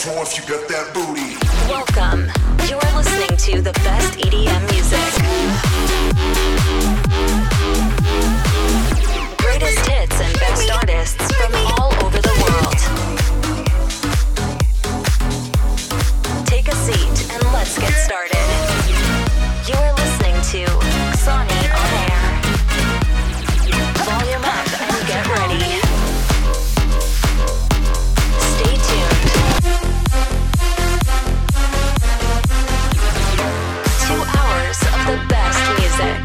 more if you got that booty. Welcome. You are listening to the best EDM music. Greatest hits and best artists from all over the world. Take a seat and let's get started. You are listening to Xoni On Air. Volume up and get ready. Stay tuned. 2 hours of the best music.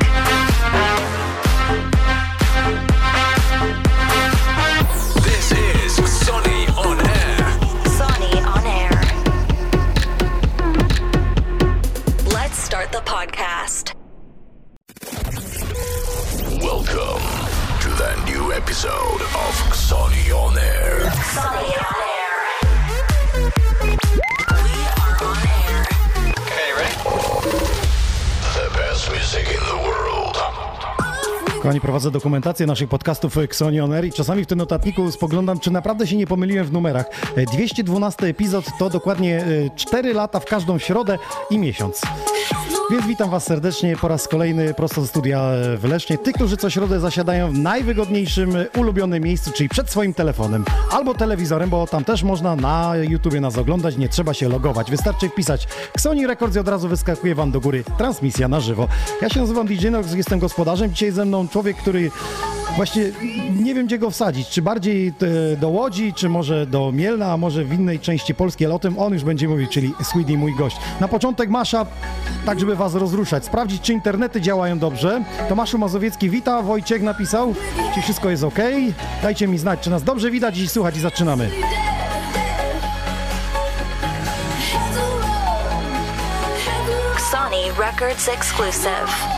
This is Xoni On Air. Xoni On Air. Let's start the podcast. Welcome to the new episode of Xoni On Air. Xoni On Air. We are on air. Okay, ready? The best music in the world. Kochani, prowadzę dokumentację naszych podcastów Xoni On Air i czasami w tym notatniku spoglądam, czy naprawdę się nie pomyliłem w numerach. 212 epizod to dokładnie 4 lata w każdą środę i miesiąc. Więc witam Was serdecznie po raz kolejny prosto ze studia w Lesznie. Tych, którzy co środę zasiadają w najwygodniejszym, ulubionym miejscu, czyli przed swoim telefonem albo telewizorem, bo tam też można na YouTubie nas oglądać, nie trzeba się logować. Wystarczy wpisać Xoni Records i od razu wyskakuje Wam do góry transmisja na żywo. Ja się nazywam DJ Nox, jestem gospodarzem. Dzisiaj ze mną człowiek, który właśnie nie wiem, gdzie go wsadzić. Czy bardziej do Łodzi, czy może do Mielna, a może w innej części Polski, ale o tym on już będzie mówił, czyli Sweetie, mój gość. Na początek mashup, tak żeby Was rozruszać, sprawdzić, czy internety działają dobrze. Tomaszu Mazowiecki wita, Wojciech napisał, czy wszystko jest ok. Dajcie mi znać, czy nas dobrze widać i słuchać, i zaczynamy. Xoni Records exclusive.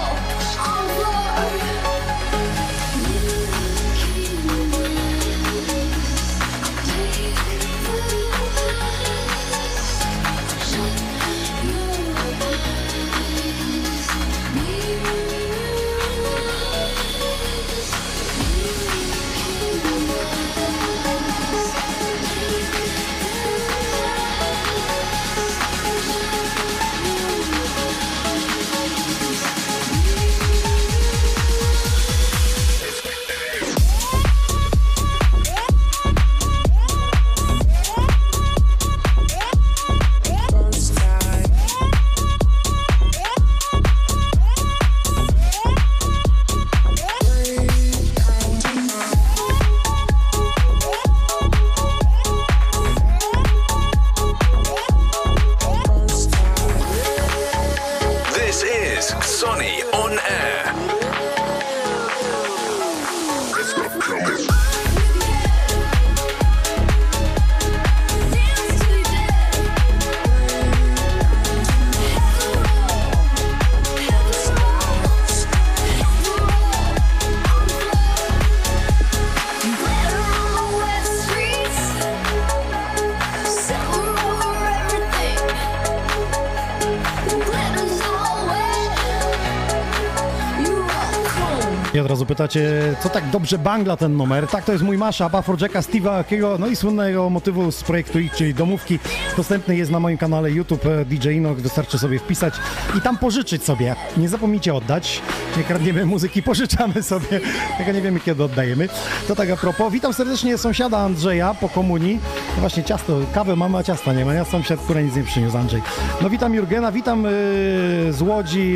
I od razu pytacie, co tak dobrze bangla ten numer? Tak, to jest mój mashup Afrojacka, Steve'a Aokiego, no i słynnego motywu z projektu X, czyli Domówki. Dostępny jest na moim kanale YouTube DJ Inox, wystarczy sobie wpisać i tam pożyczyć sobie. Nie zapomnijcie oddać, nie kradniemy muzyki, pożyczamy sobie, tylko nie wiemy, kiedy oddajemy. To tak a propos. Witam serdecznie sąsiada Andrzeja po komunii. No właśnie ciasto, kawę mamy, a ciasta nie ma. Ja sąsiad, która nic nie przyniósł, Andrzej. No witam Jurgena, witam z Łodzi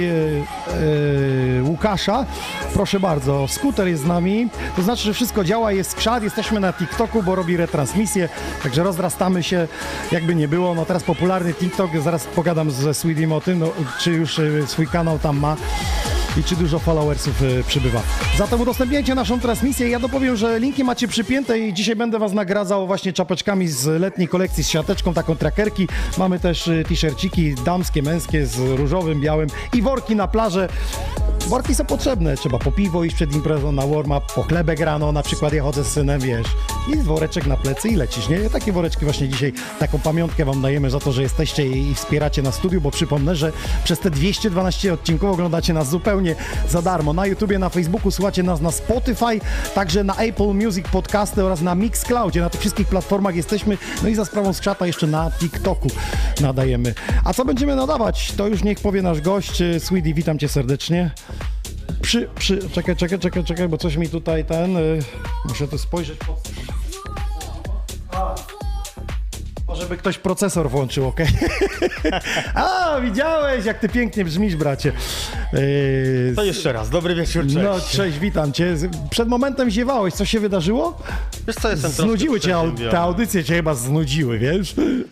Łukasza. Proszę bardzo, Skuter jest z nami, to znaczy, że wszystko działa, jest skrzat, jesteśmy na TikToku, bo robi retransmisję, także rozrastamy się, jakby nie było. No teraz popularny TikTok, zaraz pogadam ze Sweetiem o tym, no, czy już swój kanał tam ma i czy dużo followersów przybywa. Zatem udostępniajcie naszą transmisję. Ja dopowiem, że linki macie przypięte i dzisiaj będę Was nagradzał właśnie czapeczkami z letniej kolekcji, z siateczką, taką trackerki. Mamy też t-shirciki damskie, męskie z różowym, białym i worki na plażę. Worki są potrzebne, trzeba po piwo iść przed imprezą na warm-up, po chlebek rano, na przykład ja chodzę z synem, wiesz, i woreczek na plecy i lecisz, nie? Takie woreczki właśnie dzisiaj, taką pamiątkę wam dajemy za to, że jesteście i wspieracie na studiu, bo przypomnę, że przez te 212 odcinków oglądacie nas zupełnie za darmo. Na YouTubie, na Facebooku, słuchacie nas na Spotify, także na Apple Music Podcasty oraz na Mixcloudzie, na tych wszystkich platformach jesteśmy, no i za sprawą skrzata jeszcze na TikToku nadajemy. A co będziemy nadawać? To już niech powie nasz gość. Sweetie, witam cię serdecznie. Czekaj, bo coś mi tutaj muszę tu spojrzeć. Żeby ktoś procesor włączył, okej? A, widziałeś, jak ty pięknie brzmisz, bracie. To jeszcze raz, dobry wieczór, cześć. No, cześć, witam cię. Przed momentem ziewałeś, coś się wydarzyło? Wiesz co, jestem Znudziły cię, te audycje cię chyba znudziły, wiesz?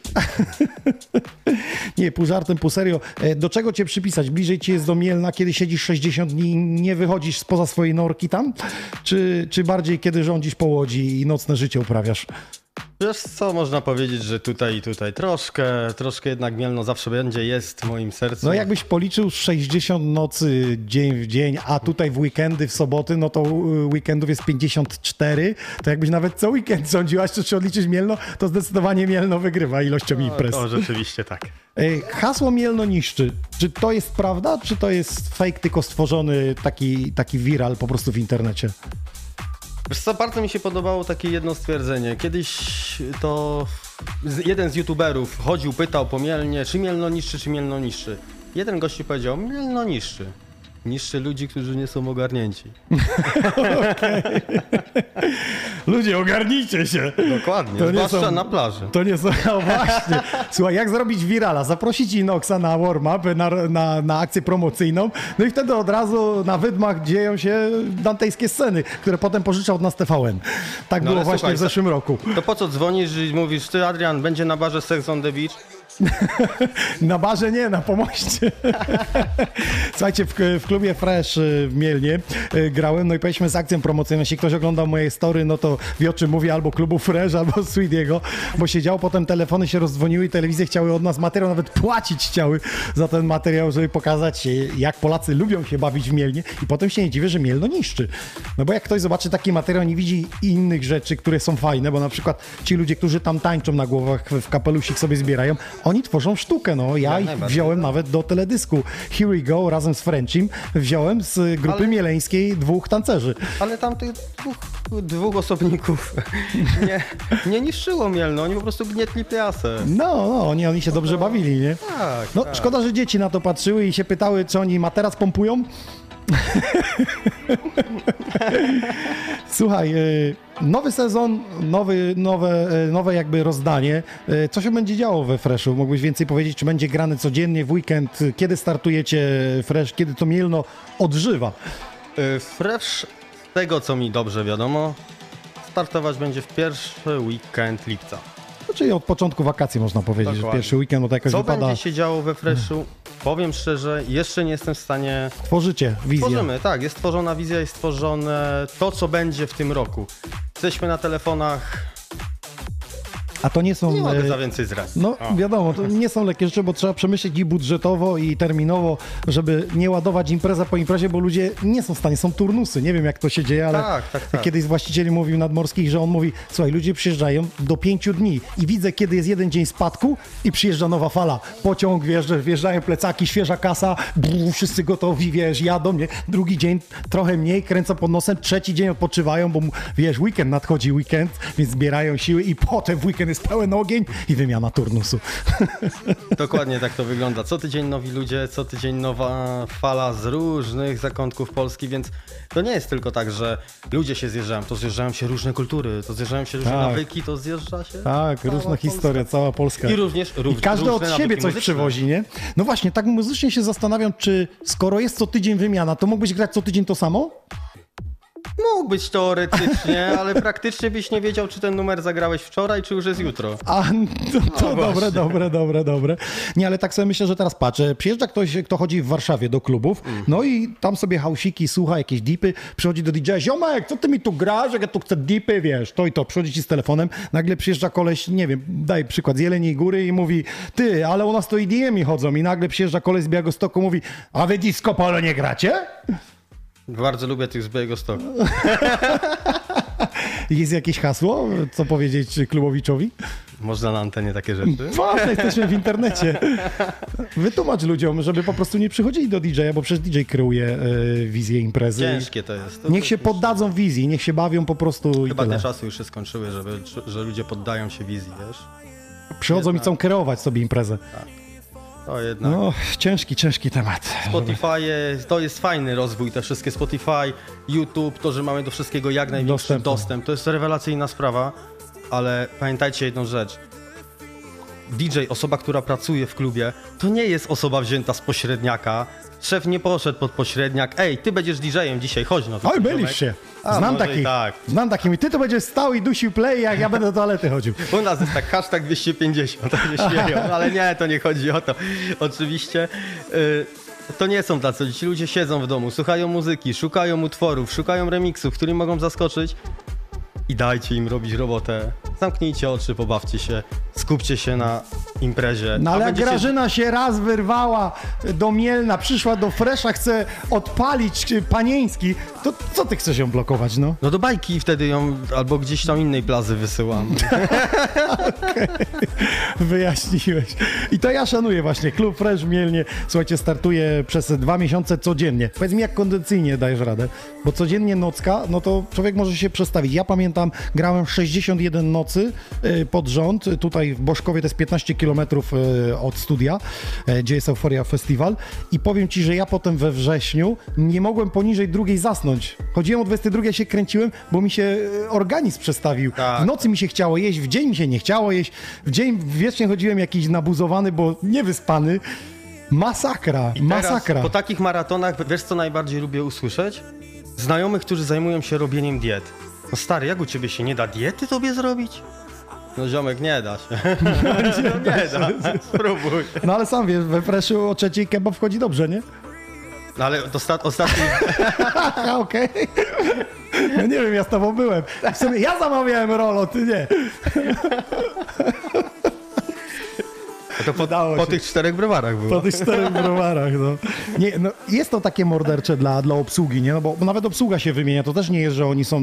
Nie, pół żartem, pół serio. Do czego cię przypisać? Bliżej ci jest do Mielna, kiedy siedzisz 60 dni i nie wychodzisz spoza swojej norki tam? Czy bardziej kiedy rządzisz po Łodzi i nocne życie uprawiasz? Wiesz co, można powiedzieć, że tutaj troszkę jednak Mielno zawsze jest w moim sercu. No jakbyś policzył 60 nocy dzień w dzień, a tutaj w weekendy, w soboty, no to weekendów jest 54, to jakbyś nawet co weekend rządził, a jeszcze czy odliczysz Mielno, to zdecydowanie Mielno wygrywa ilością imprez. To rzeczywiście tak. Hasło Mielno niszczy. Czy to jest prawda, czy to jest fake, tylko stworzony taki viral po prostu w internecie? Wiesz co, bardzo mi się podobało takie jedno stwierdzenie. Kiedyś to jeden z youtuberów chodził, pytał po Mielnie, czy Mielno niszczy, czy Mielno niszczy. Jeden gościu powiedział, Mielno niszczy. Niszczy ludzi, którzy nie są ogarnięci. Ludzie, ogarnijcie się. Dokładnie, to zwłaszcza na plaży. To nie są, no właśnie. Słuchaj, jak zrobić virala? Zaprosić Inoxa na warm-up, na akcję promocyjną, no i wtedy od razu na wydmach dzieją się dantejskie sceny, które potem pożycza od nas TVN. Tak było właśnie słuchaj, w zeszłym roku. To po co dzwonisz i mówisz, ty Adrian, będzie na barze Sex on the Beach? Na barze nie, na pomoście. Słuchajcie, w klubie Fresh w Mielnie grałem, no i powiedzmy z akcją promocyjną. Jeśli ktoś oglądał moje story, no to wie, o czym mówię, albo klubu Fresh, albo Sweetiego, bo się działo, potem telefony się rozdzwoniły i telewizje chciały od nas materiał, nawet płacić chciały za ten materiał, żeby pokazać, jak Polacy lubią się bawić w Mielnie i potem się nie dziwię, że Mielno niszczy. No bo jak ktoś zobaczy taki materiał, nie widzi innych rzeczy, które są fajne, bo na przykład ci ludzie, którzy tam tańczą na głowach, w kapelusik sobie zbierają, oni tworzą sztukę, no. Ja ich wziąłem nawet do teledysku Here We Go razem z Frenchim. Wziąłem z grupy mieleńskiej 2 tancerzy. Ale tam tych dwóch osobników nie niszczyło Mielno, oni po prostu gnietli piasę. No, oni się dobrze bawili, nie? Tak, no, tak. Szkoda, że dzieci na to patrzyły i się pytały, czy oni materac pompują. Słuchaj, nowy sezon, nowe jakby rozdanie. Co się będzie działo we Freshu? Mógłbyś więcej powiedzieć, czy będzie grane codziennie w weekend? Kiedy startujecie Fresh? Kiedy to Mielno odżywa? Fresh, z tego co mi dobrze wiadomo, startować będzie w pierwszy weekend lipca. Czyli od początku wakacji można powiedzieć, Dokładnie. że pierwszy weekend, bo to jakoś co wypada. będzie się działo we Freshu? Powiem szczerze, jeszcze nie jestem w stanie... Tworzycie wizję. Tworzymy, tak, jest stworzona wizja, jest stworzone to, co będzie w tym roku. Jesteśmy na telefonach... A to nie są... Nie mogę za więcej zdradzić. No wiadomo, to nie są lekkie rzeczy, bo trzeba przemyśleć i budżetowo, i terminowo, żeby nie ładować impreza po imprezie, bo ludzie nie są w stanie, są turnusy. Nie wiem, jak to się dzieje, ale Tak. kiedyś właściciel mówił nadmorskich, że on mówi, słuchaj, ludzie przyjeżdżają do 5 dni i widzę, kiedy jest jeden dzień spadku i przyjeżdża nowa fala. Pociąg, wjeżdżają plecaki, świeża kasa, wszyscy gotowi, wiesz, jadą, nie? Drugi dzień trochę mniej, kręcą pod nosem, trzeci dzień odpoczywają, bo wiesz, weekend nadchodzi, więc zbierają siły i potem w weekend jest pełen ogień i wymiana turnusu. Dokładnie tak to wygląda. Co tydzień nowi ludzie, co tydzień nowa fala z różnych zakątków Polski, więc to nie jest tylko tak, że ludzie się zjeżdżają, to zjeżdżają się różne kultury, to zjeżdżają się różne nawyki, to zjeżdża się różne historie, cała Polska. I również I każdy od siebie coś muzyczne przywozi, nie? No właśnie, tak muzycznie się zastanawiam, czy skoro jest co tydzień wymiana, to mógłbyś grać co tydzień to samo? Mógł być teoretycznie, ale praktycznie byś nie wiedział, czy ten numer zagrałeś wczoraj, czy już jest jutro. A, to właśnie. dobre. Nie, ale tak sobie myślę, że teraz patrzę. Przyjeżdża ktoś, kto chodzi w Warszawie do klubów, no i tam sobie hausiki, słucha jakieś dipy, przychodzi do DJ-a, ziomek, co ty mi tu grasz, jak ja tu chcę dipy, wiesz, to i to, przychodzi ci z telefonem, nagle przyjeżdża koleś, nie wiem, daj przykład, z Jeleniej Góry i mówi, ty, ale u nas to EDM-i chodzą i nagle przyjeżdża koleś z Białegostoku, mówi, a wy disco polo nie gracie? Bardzo lubię tych z Białegostoku. Jest jakieś hasło, co powiedzieć klubowiczowi? Można na antenie takie rzeczy? Ważne, jesteśmy w internecie. Wytłumacz ludziom, żeby po prostu nie przychodzili do DJ-a, bo przecież DJ kreuje wizję imprezy. Ciężkie to jest. Niech się poddadzą wizji, niech się bawią po prostu i Chyba tyle. te czasy już się skończyły, że ludzie poddają się wizji, wiesz? Przychodzą i chcą kreować sobie imprezę. To jednak. No, ciężki temat. Spotify, to jest fajny rozwój, te wszystkie Spotify, YouTube, to, że mamy do wszystkiego jak największy dostęp. To jest rewelacyjna sprawa, ale pamiętajcie jedną rzecz. DJ, osoba, która pracuje w klubie, to nie jest osoba wzięta z pośredniaka. Szef nie poszedł pod pośredniak. Ej, ty będziesz DJ-em dzisiaj, chodź no. Oj, byliście. A, Znam może takich. i tak. Znam takimi. Ty to będziesz stał i dusił play, jak ja będę do toalety chodził. U nas jest tak hashtag 250, to nie śmieją, ale nie, to nie chodzi o to. Oczywiście to nie są tacy, ci ludzie siedzą w domu, słuchają muzyki, szukają utworów, szukają remiksów, którymi mogą zaskoczyć i dajcie im robić robotę. Zamknijcie oczy, pobawcie się, skupcie się na imprezie. No ale jak będziecie... Grażyna się raz wyrwała do Mielna, przyszła do Fresha, chce odpalić Panieński, to co ty chcesz ją blokować, no? No do bajki wtedy ją, albo gdzieś tam innej plazy wysyłam. Wyjaśniłeś. I to ja szanuję właśnie. Klub Fresh w Mielnie, słuchajcie, startuje przez 2 miesiące codziennie. Powiedz mi, jak kondycyjnie dajesz radę? Bo codziennie nocka, no to człowiek może się przestawić. Ja pamiętam, grałem 61 nocy pod rząd. Tutaj w Boszkowie to jest 15 km od studia, gdzie jest Euforia Festiwal. I powiem ci, że ja potem we wrześniu nie mogłem poniżej 2 zasnąć. Chodziłem o 22, się kręciłem, bo mi się organizm przestawił. Tak. W nocy mi się chciało jeść, w dzień mi się nie chciało jeść. W dzień wiecznie chodziłem jakiś nabuzowany, bo niewyspany. Masakra, I teraz, masakra. po takich maratonach, wiesz co najbardziej lubię usłyszeć? Znajomych, którzy zajmują się robieniem diet. No stary, jak u ciebie się nie da diety tobie zrobić? No ziomek, nie da się. Nie da, spróbuj. No ale sam wiesz, we Freshu o 3:00 kebab wchodzi dobrze, nie? No ale ostatni... Aha, okej. No nie wiem, ja z tobą byłem. W sumie ja zamawiałem Rolo, ty nie. To po tych 4 browarach było. Po tych 4 browarach, no. Nie, no. Jest to takie mordercze dla obsługi, nie? No bo nawet obsługa się wymienia, to też nie jest, że oni są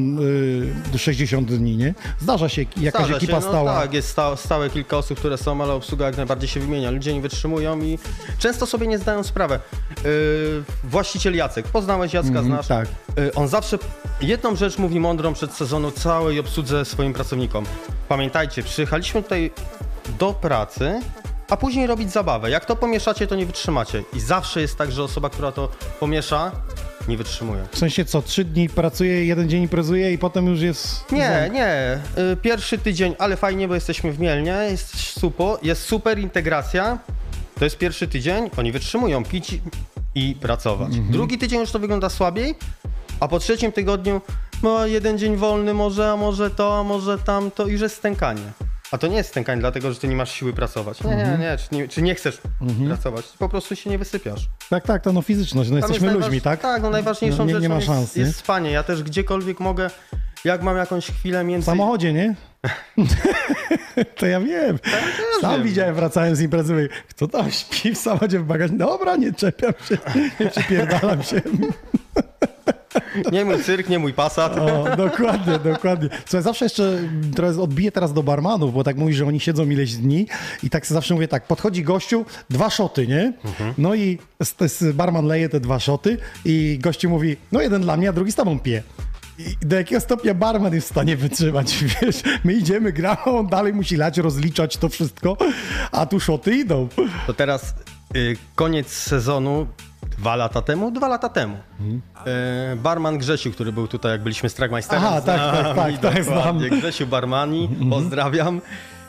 60 dni, nie? Zdarza się jakaś Zdarza ekipa się, stała. Tak, jest stałe kilka osób, które są, ale obsługa jak najbardziej się wymienia. Ludzie nie wytrzymują i często sobie nie zdają sprawy. Właściciel Jacek, poznałeś Jacka, znasz? Tak. On zawsze jedną rzecz mówi mądrą przed sezonu całej obsłudze swoim pracownikom. Pamiętajcie, przyjechaliśmy tutaj do pracy, a później robić zabawę. Jak to pomieszacie, to nie wytrzymacie. I zawsze jest tak, że osoba, która to pomiesza, nie wytrzymuje. W sensie co, 3 dni pracuje, 1 dzień imprezuje i potem już jest... Nie. Pierwszy tydzień, ale fajnie, bo jesteśmy w Mielnie, jest super integracja. To jest pierwszy tydzień, oni wytrzymują pić i pracować. Drugi tydzień już to wygląda słabiej, a po 3 tygodniu, no 1 dzień wolny może, a może to, a może tamto, już jest stękanie. A to nie jest stękanie dlatego, że ty nie masz siły pracować. Nie, czy nie chcesz pracować, po prostu się nie wysypiasz. Tak, to no fizyczność, no jesteśmy ludźmi, tak? Tak, no najważniejszą nie rzeczą ma szans, jest spanie. Ja też gdziekolwiek mogę, jak mam jakąś chwilę między... W samochodzie, nie? To ja wiem. Sam wiem. widziałem, wracając z imprezy, mówię, kto tam śpi w samochodzie w bagażniku? Dobra, nie czepiam się, nie przypierdalam się. Nie mój cyrk, nie mój Passat. O, dokładnie. Słuchaj, zawsze jeszcze trochę odbiję teraz do barmanów, bo tak mówisz, że oni siedzą ileś dni i tak zawsze mówię tak, podchodzi gościu, 2 szoty, nie? No i barman leje te 2 szoty i gościu mówi, no 1 dla mnie, a drugi z tobą pije. I do jakiego stopnia barman jest w stanie wytrzymać, wiesz? My idziemy, gramy, on dalej musi lać, rozliczać to wszystko, a tu szoty idą. To teraz koniec sezonu 2 lata temu. Barman Grzesiu, który był tutaj, jak byliśmy z Trackmeisterem. Aha, tak, znam. Grzesiu Barmani, pozdrawiam.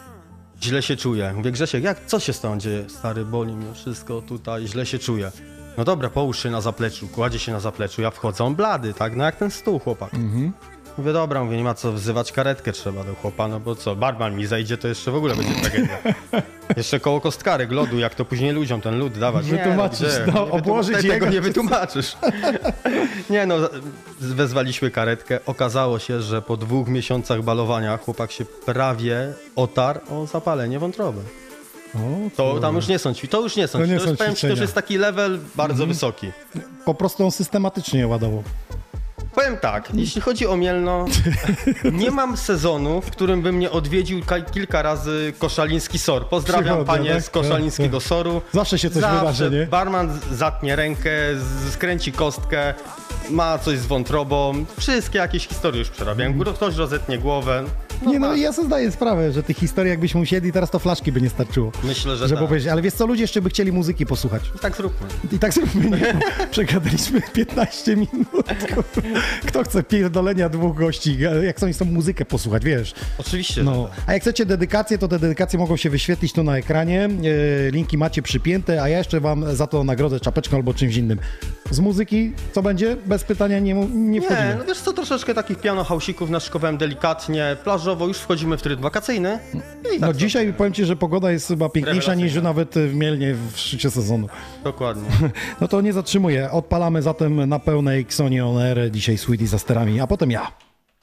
Źle się czuję. Mówię, Grzesiek, co się z tobą dzieje? Stary, boli mnie wszystko tutaj, źle się czuję. No dobra, połóż się na zapleczu, kładzie się na zapleczu, ja wchodzę, on blady, tak? No jak ten stół, chłopak. Mówię, dobra, nie ma co wzywać, karetkę trzeba do chłopa, no bo co, barman mi zajdzie, to jeszcze w ogóle będzie tragedia. Jeszcze koło kostkarek, lodu, jak to później ludziom ten lód dawać. Wytłumaczysz, obłożyć tego jego. nie wytłumaczysz. Nie no, wezwaliśmy karetkę, okazało się, że po 2 miesiącach balowania chłopak się prawie otarł o zapalenie wątroby. To tam już nie są ćwiczenia, to już nie są To nie ćwiczenia, są powiem ci, to już jest taki level bardzo wysoki. Po prostu on systematycznie ładował. Powiem tak, jeśli chodzi o Mielno, nie mam sezonu, w którym bym nie odwiedził kilka razy Koszaliński SOR. Pozdrawiam Przychodzę, panie tak? z Koszalińskiego SOR-u. Zawsze się coś wydarzy, nie? Barman zatnie rękę, skręci kostkę, ma coś z wątrobą. Wszystkie jakieś historie już przerabiałem. Ktoś rozetnie głowę. Ja sobie zdaję sprawę, że tych historii jakbyśmy usiedli, teraz to flaszki by nie starczyło. Myślę, że Żeby tak. powiedzieć, ale wiesz co, ludzie jeszcze by chcieli muzyki posłuchać. Tak zróbmy. I tak zróbmy, nie? Przegadaliśmy 15 minut. Kto chce pierdolenia 2 gości, jak chcą muzykę posłuchać, wiesz? Oczywiście. No. A jak chcecie dedykacje, to te dedykacje mogą się wyświetlić tu na ekranie. Linki macie przypięte, a ja jeszcze wam za to nagrodzę czapeczką albo czymś innym. Z muzyki co będzie? Bez pytania nie wchodzimy. Nie, no wiesz co, troszeczkę takich piano housików naszykowałem delikatnie, plażowo, już wchodzimy w tryb wakacyjny. I No tak dzisiaj powiem ci, że pogoda jest chyba piękniejsza niż Rewelacyjna. nawet w Mielnie w szczycie sezonu. Dokładnie. No to nie zatrzymuję. Odpalamy zatem na pełnej Xoni On Air. Dzisiaj Sweetie za sterami, a potem ja.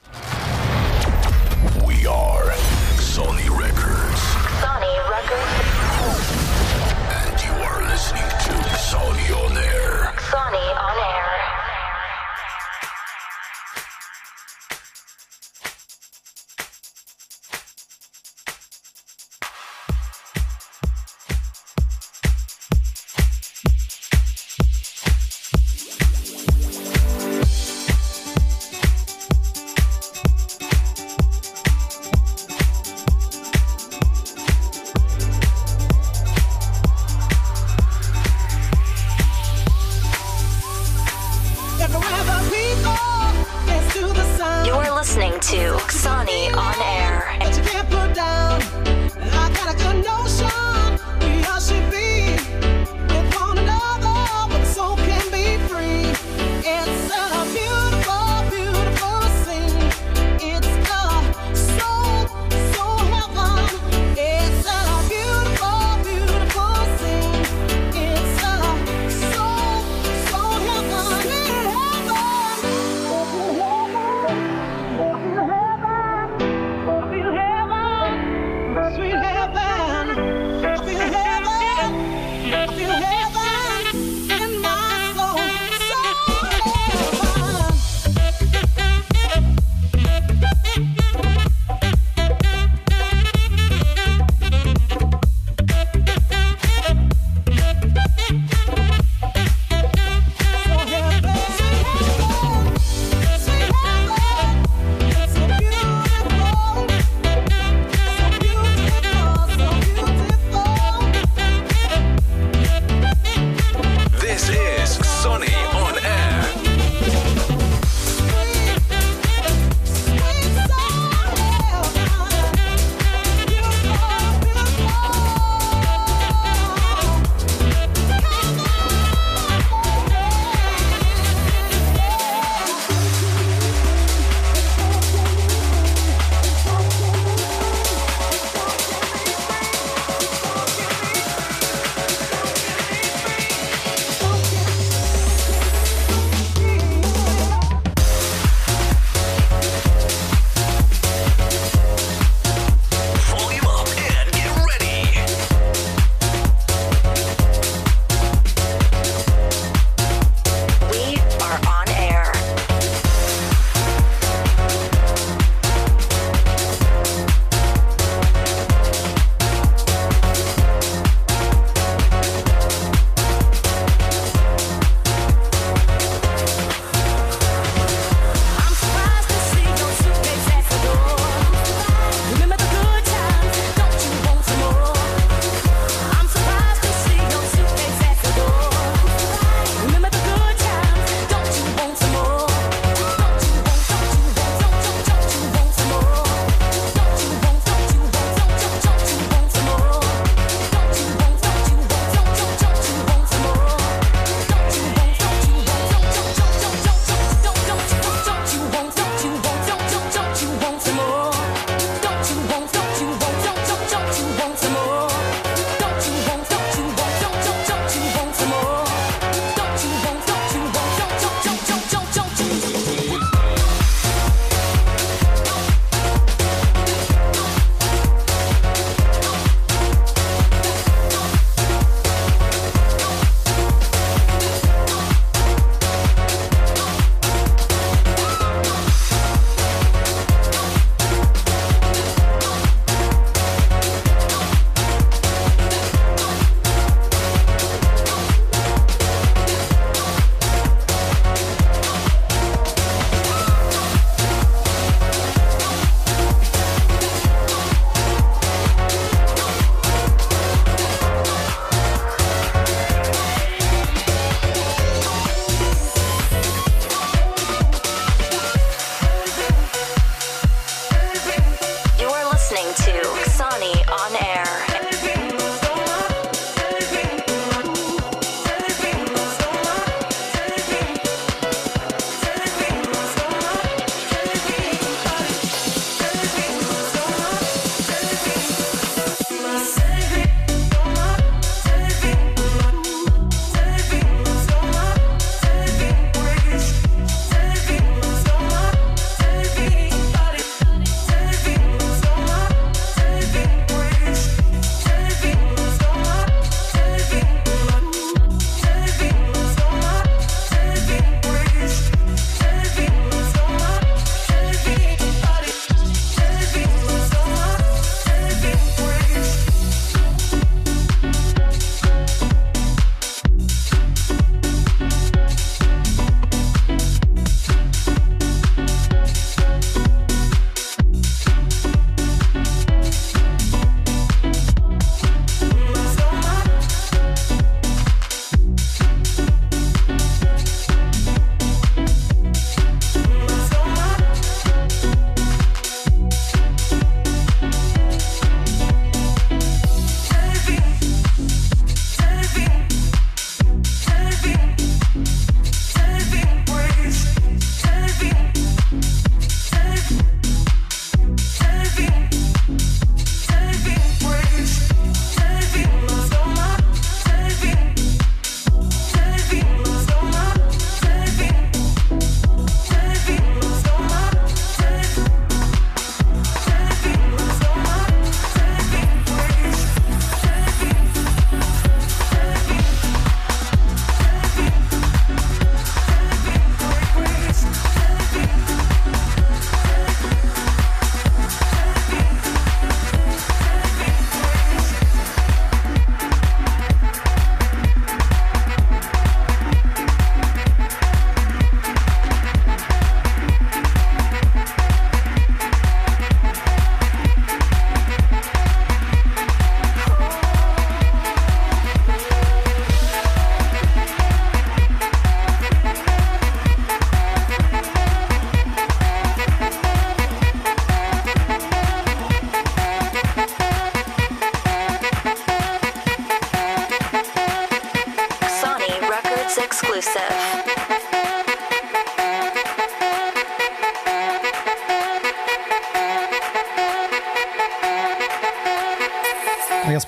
We are Sony Records. Sony Records. And you are listening to Sony On Air. Sony on air.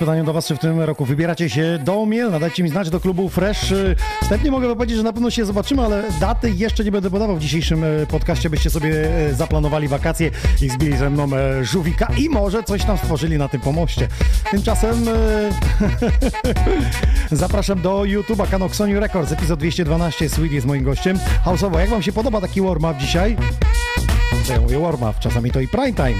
pytanie do Was, czy w tym roku wybieracie się do Mielna? Dajcie mi znać, do klubu Fresh. Wstępnie mogę powiedzieć, że na pewno się zobaczymy, ale daty jeszcze nie będę podawał w dzisiejszym podcaście, byście sobie zaplanowali wakacje i zbili ze mną żółwika i może coś tam stworzyli na tym pomoście. Tymczasem zapraszam do YouTube'a, kanał Xoni Records, epizod 212, Sweet jest moim gościem. House'owo, jak Wam się podoba taki warm-up dzisiaj? Ja mówię warm-up, czasami to i prime time.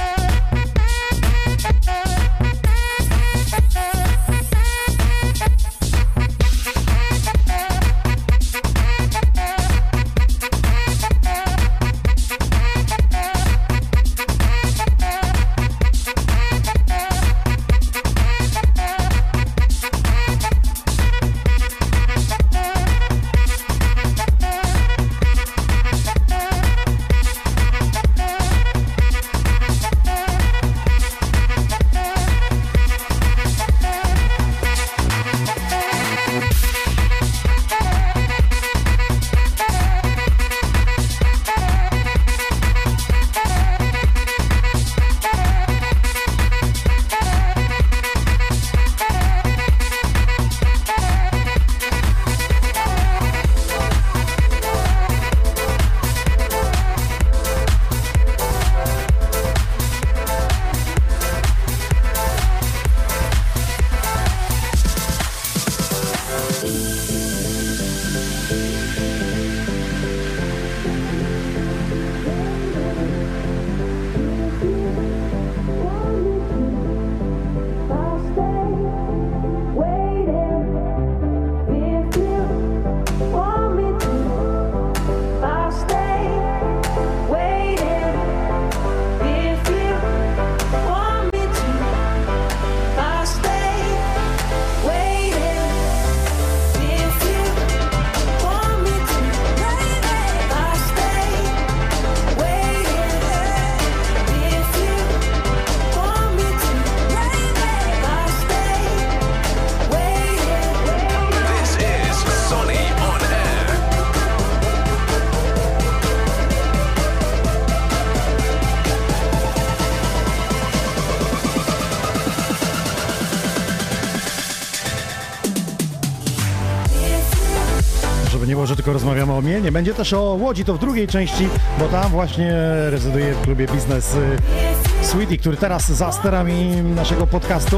Że tylko rozmawiamy o Mielnie. Będzie też o Łodzi, to w drugiej części, bo tam właśnie rezyduje w klubie Biznes Sweetie, który teraz za sterami naszego podcastu.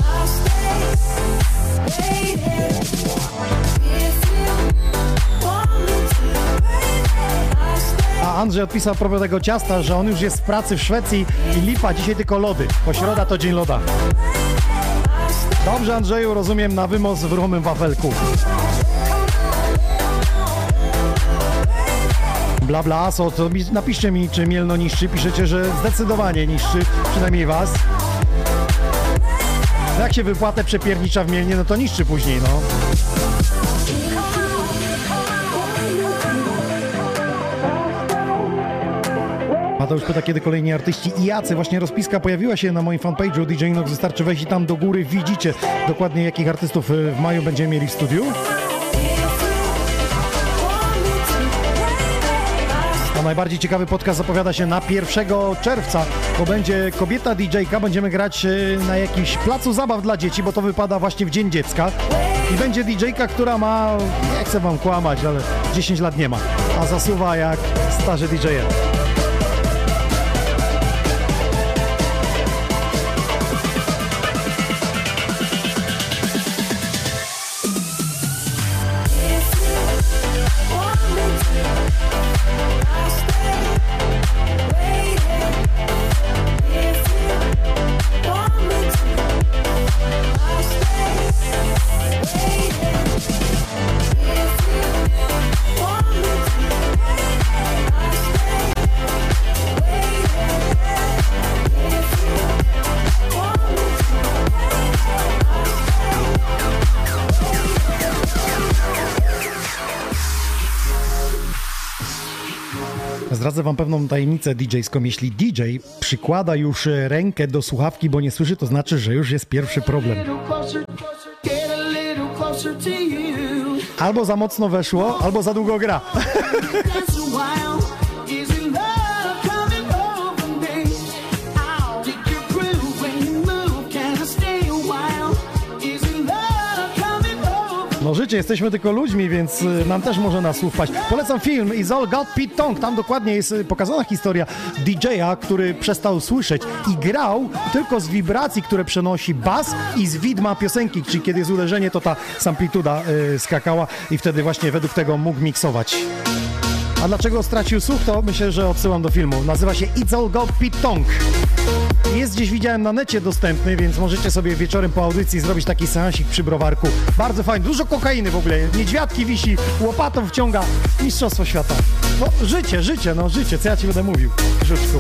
A Andrzej odpisał a propos tego ciasta, że on już jest w pracy w Szwecji i lipa, dzisiaj tylko lody. Bo środa to dzień loda. Dobrze, Andrzeju, rozumiem, na wymoz w ruchomym wafelku. Bla bla, to napiszcie mi, czy Mielno niszczy. Piszecie, że zdecydowanie niszczy, przynajmniej was. Jak się wypłatę przepiernicza w Mielnie, no to niszczy później, no. Mateusz pyta, kiedy kolejni artyści i jacy. Właśnie rozpiska pojawiła się na moim fanpage'u DJ Inox. Wystarczy wejść i tam do góry widzicie dokładnie, jakich artystów w maju będziemy mieli w studiu. Najbardziej ciekawy podcast zapowiada się na 1 czerwca, bo będzie kobieta DJ-ka, będziemy grać na jakimś placu zabaw dla dzieci, bo to wypada właśnie w Dzień Dziecka. I będzie DJ-ka, która ma, nie chcę wam kłamać, ale 10 lat nie ma, a zasuwa jak starzy DJ-e. Zdradzę wam pewną tajemnicę DJ-ską. Jeśli DJ przykłada już rękę do słuchawki, bo nie słyszy, to znaczy, że już jest pierwszy problem. Albo za mocno weszło, albo za długo gra. No życie, jesteśmy tylko ludźmi, więc nam też może na słów paść. Polecam film It's All Got Pete Tong. Tam dokładnie jest pokazana historia DJ-a, który przestał słyszeć i grał tylko z wibracji, które przenosi bas i z widma piosenki, czyli kiedy jest uderzenie, to ta samplituda skakała i wtedy właśnie według tego mógł miksować. A dlaczego stracił słuch, to myślę, że odsyłam do filmu. Nazywa się It's All Got Pete Tong. Jest gdzieś, widziałem, na necie dostępny, więc możecie sobie wieczorem po audycji zrobić taki seansik przy browarku. Bardzo fajny, dużo kokainy w ogóle, niedźwiadki wisi, łopatą wciąga, mistrzostwo świata. No życie, co ja ci będę mówił, Żuczku.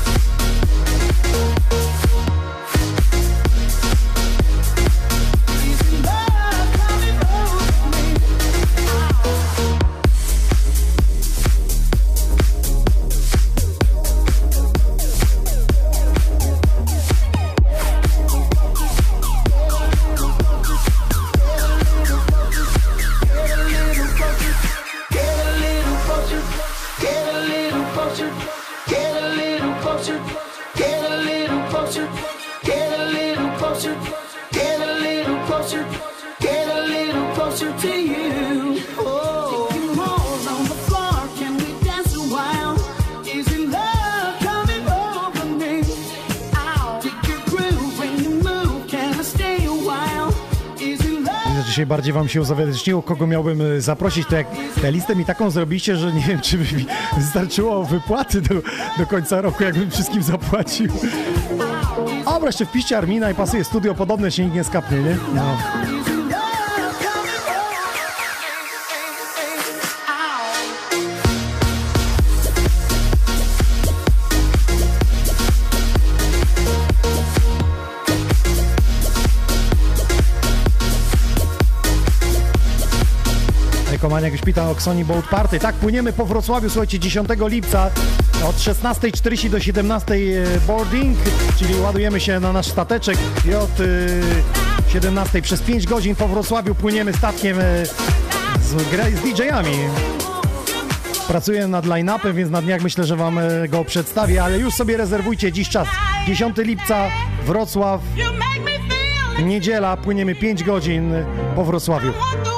Dzisiaj bardziej wam się uzawiadomiło, kogo miałbym zaprosić, to jak tę listę mi taką zrobicie, że nie wiem, czy by mi wystarczyło wypłaty do końca roku, jakbym wszystkim zapłacił. A wreszcie wpiszcie Armina i pasuje studio podobne, się nikt nie skapnie, nie? No. Maniak już pyta o Xoni Boat Party. Tak, płyniemy po Wrocławiu, słuchajcie, 10 lipca od 16:40 do 17:00 boarding, czyli ładujemy się na nasz stateczek i od 17:00 przez 5 godzin po Wrocławiu płyniemy statkiem z DJ-ami. Pracuję nad line-upem, więc na dniach myślę, że wam go przedstawię, ale już sobie rezerwujcie dziś czas. 10 lipca, Wrocław, niedziela, płyniemy 5 godzin po Wrocławiu.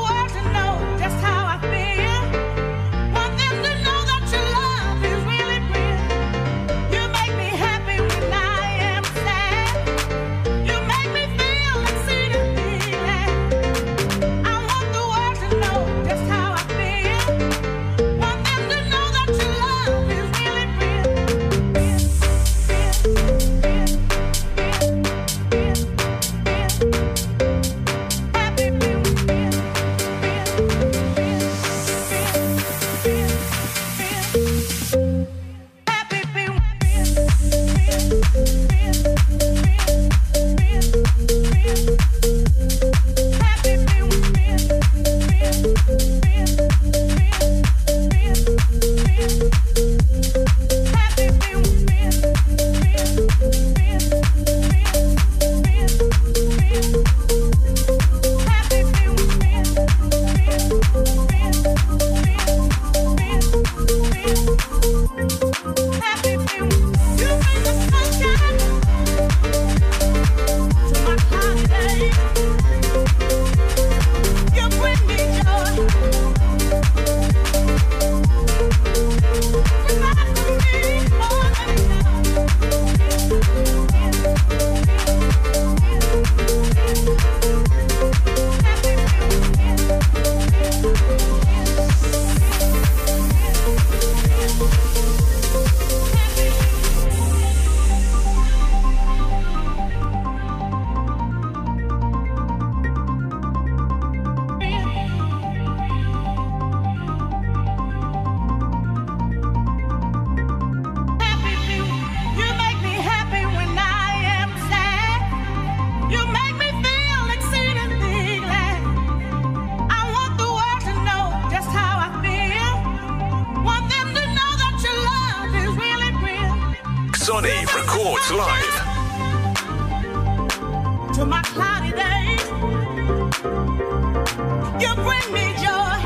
Sonny records live. To my cloudy days, you bring me joy.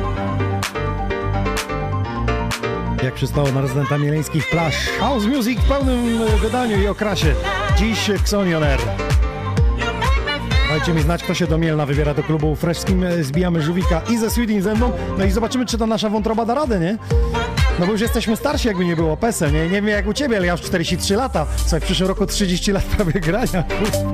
Jak przystało na rezydenta mieleńskich plaż. House Music w pełnym wydaniu i okrasie. Dziś Xoni On Air. Dajcie mi znać, kto się do Mielna wybiera do klubu Freszskim. Zbijamy żółwika i ze Sweden ze mną. No i zobaczymy, czy ta nasza wątroba da radę, nie? No bo już jesteśmy starsi, jakby nie było PESEL, nie? Nie wiem jak u ciebie, ale ja już 43 lata. Słuchaj, w przyszłym roku 30 lat prawie grania.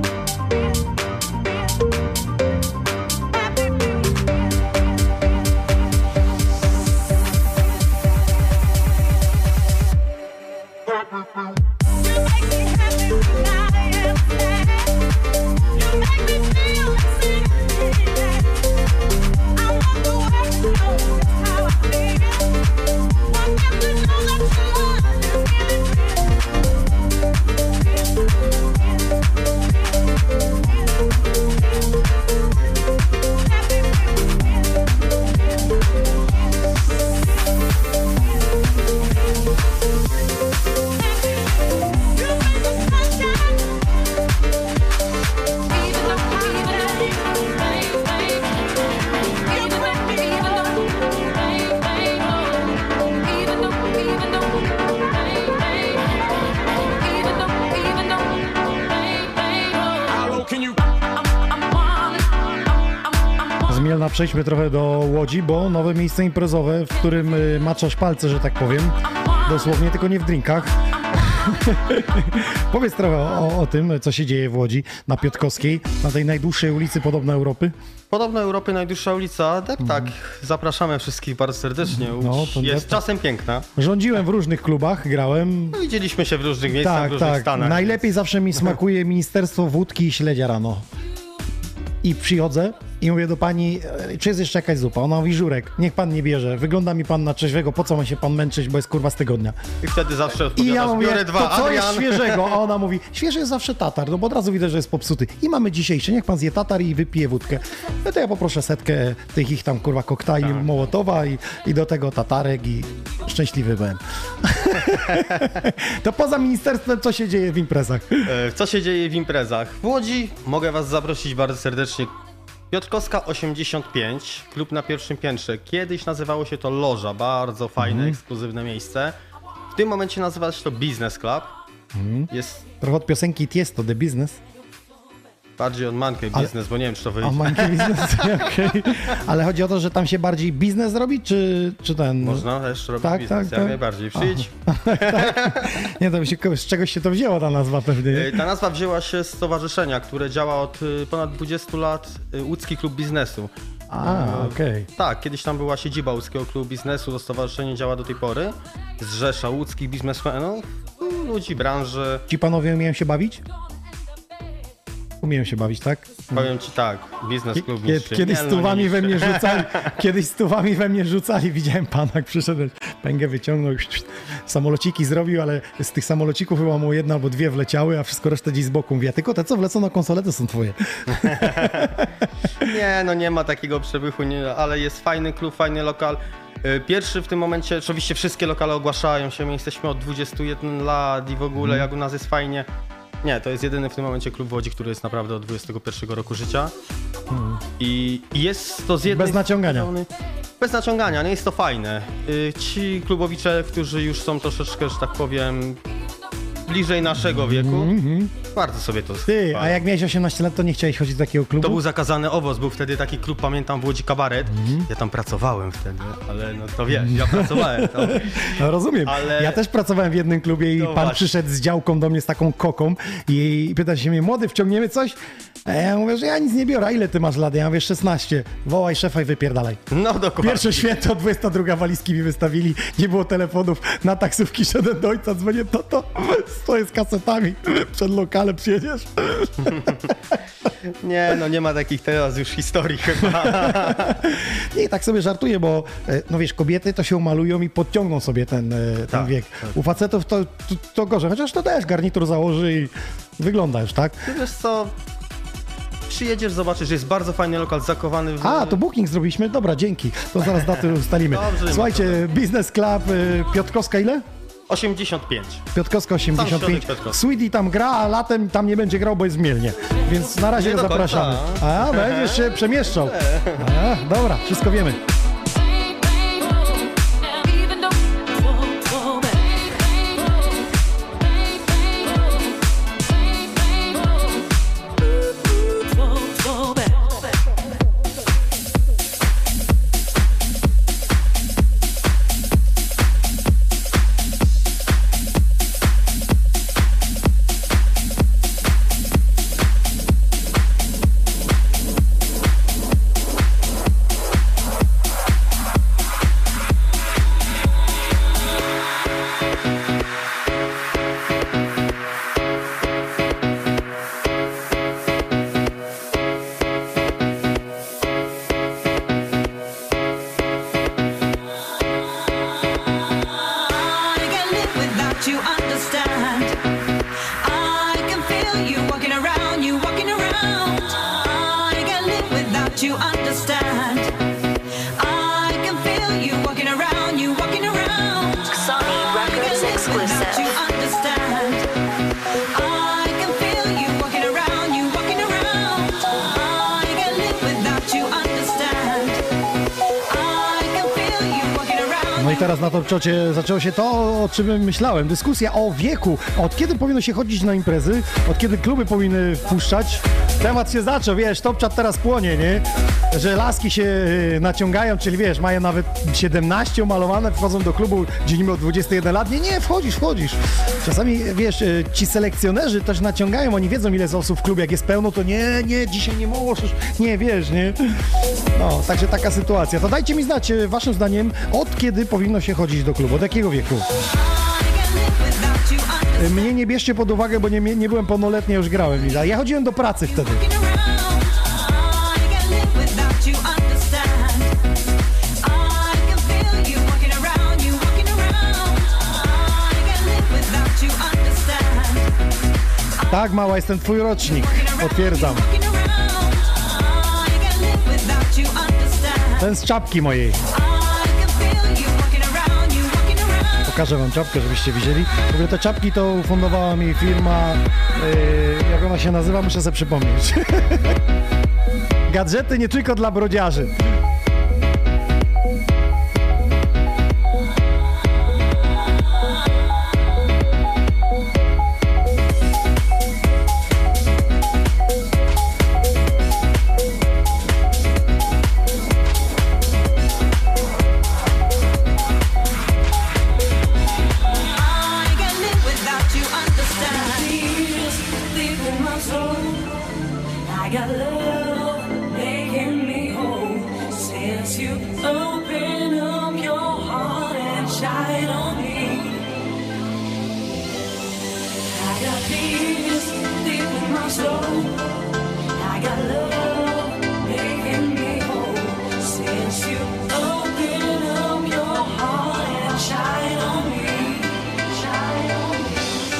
Przejdźmy trochę do Łodzi, bo nowe miejsce imprezowe, w którym maczasz palce, że tak powiem. Dosłownie, tylko nie w drinkach. Powiedz trochę o tym, co się dzieje w Łodzi, na Piotkowskiej, na tej najdłuższej ulicy podobno Europy. Podobno Europy najdłuższa ulica, tak, zapraszamy wszystkich bardzo serdecznie. Łódź jest czasem piękna. Rządziłem w różnych klubach, grałem. No, widzieliśmy się w różnych miejscach, w różnych stanach. Najlepiej zawsze mi smakuje Ministerstwo Wódki i Śledzia rano. I przychodzę i mówię do pani, czy jest jeszcze jakaś zupa? Ona mówi, Żurek, niech pan nie bierze, wygląda mi pan na trzeźwego, po co ma się pan męczyć, bo jest kurwa z tygodnia. I wtedy zawsze I odpowiadasz, ja mówię, biorę dwa, to co Adrian. jest świeżego? A ona mówi, świeży jest zawsze tatar, no bo od razu widać, że jest popsuty. I mamy dzisiejszy, niech pan zje tatar i wypije wódkę. No to ja poproszę setkę tych ich tam kurwa koktajli Mołotowa i do tego tatarek i szczęśliwy byłem. To poza ministerstwem, co się dzieje w imprezach? Co się dzieje w imprezach? W Łodzi mogę was zaprosić bardzo serdecznie. Piotrkowska 85, klub na pierwszym piętrze. Kiedyś nazywało się to Loża, bardzo fajne, ekskluzywne miejsce. W tym momencie nazywa się to Business Club. Jest Trochę od piosenki Tiesto, The Business. bardziej od Monkey Business, bo nie wiem, czy to wyjdzie. O, Monkey Business, okej. Ale chodzi o to, że tam się bardziej biznes robi, czy ten... Można też robić Tak, biznes, tak, jak najbardziej. Przyjdź. Nie, to z czegoś się to wzięło ta nazwa pewnie. Ta nazwa wzięła się z stowarzyszenia, które działa od ponad 20 lat, Łódzki Klub Biznesu. Okej. Tak, kiedyś tam była siedziba Łódzkiego Klubu Biznesu, to stowarzyszenie działa do tej pory. Zrzesza łódzkich biznesmenów, ludzi branży. Ci panowie umieją się bawić? Umieją się bawić, tak? Powiem ci tak, biznes klub niższy. Kiedyś stówami we mnie rzucali, widziałem pana, jak przyszedł, pęgę wyciągnął, samolociki zrobił, ale z tych samolocików chyba mu jedna albo dwie wleciały, a wszystko resztę gdzieś z boku. Mówię, tylko te, co wlecą na konsolę, to są twoje. Nie, no nie ma takiego przepychu, ale jest fajny klub, fajny lokal. Pierwszy w tym momencie, oczywiście wszystkie lokale ogłaszają się, my jesteśmy od 21 lat i w ogóle jak u nas jest fajnie. Nie, to jest jedyny w tym momencie klub w Łodzi, który jest naprawdę od 21 roku życia. I jest to z jednej Bez naciągania. strony... Bez naciągania, nie jest to fajne. Ci klubowicze, którzy już są troszeczkę, że tak powiem, bliżej naszego wieku, bardzo sobie to Ty, schwają. a jak miałeś 18 lat, to nie chciałeś chodzić do takiego klubu? To był zakazany owoc, był wtedy taki klub, pamiętam, w Łodzi Kabaret. Ja tam pracowałem wtedy, ale no to wiesz, ja pracowałem tam. No rozumiem. Ale- Ja też pracowałem w jednym klubie i No pan właśnie. przyszedł z działką do mnie z taką koką i pyta się mnie, młody, wciągniemy coś? A ja mówię, że ja nic nie biorę. A ile ty masz lat? Ja mówię, 16. Wołaj szefa i wypierdalaj. No dokładnie. Pierwsze święto, 22 walizki mi wystawili, nie było telefonów, na taksówki szedłem do ojca, dzwonię, stoję z kasetami, przed lokalem przyjedziesz. Nie, no nie ma takich teraz już historii chyba. Nie, tak sobie żartuję, bo no wiesz, kobiety to się umalują i podciągną sobie ten Tak, wiek. U facetów to gorzej, chociaż to też garnitur założy i wygląda już, tak? Ty wiesz co, przyjedziesz, zobaczysz, że jest bardzo fajny lokal zakowany w... A, to booking zrobiliśmy? Dobra, dzięki. To zaraz daty ustalimy. Dobrze, Słuchajcie, Business Club, Piotrkowska ile? 85. Piotrkowska Sam 85. środek Piotrkowski. Sweetie tam gra, a latem tam nie będzie grał, bo jest w Mielnie. Więc na razie Nie go do końca. zapraszamy. A, będziesz się przemieszczał. A, dobra, wszystko wiemy. without you understand. I can feel you walking around, you walking around. Sony Records exclusive. Without you understand. I can feel you walking around, you walking around. I can live without you understand. I can feel you walking around. No i teraz na Top-Czocie zaczęło się to, o czym myślałem. Dyskusja o wieku. Od kiedy powinno się chodzić na imprezy? Od kiedy kluby powinny wpuszczać? Temat się zaczął, wiesz, Top-Czat teraz płonie, nie? Że laski się naciągają, czyli wiesz, mają nawet 17 malowane, wchodzą do klubu, gdzie nie miał 21 lat. Nie, wchodzisz. Czasami, wiesz, ci selekcjonerzy też naciągają, oni wiedzą, ile jest osób w klubie. Jak jest pełno, to nie, dzisiaj nie możesz, nie, wiesz, nie? No, także taka sytuacja. To dajcie mi znać, waszym zdaniem, od kiedy powinno się chodzić do klubu, od jakiego wieku? I can live without you understand. Mnie nie bierzcie pod uwagę, bo nie byłem pełnoletni, już grałem. Liza. Ja chodziłem do pracy wtedy. Walking around. I can live without you understand. I can feel you walking around, you walking around. I can live without you understand. Tak, mała, jestem twój rocznik. Potwierdzam. Walking around. I can live without you understand. Ten z czapki mojej. I can feel you walking around, you walking around. Pokażę wam czapkę, żebyście widzieli. W ogóle te czapki to ufundowała mi firma, jak ona się nazywa, muszę sobie przypomnieć. Gadżety nie tylko dla brodziarzy. I can live without you understand. Deep in my soul, I got love making me whole. Since you open up your heart and shine on me, I got peace deep in my soul. I got love making me whole. Since you open up your heart and shine on me, shine on me.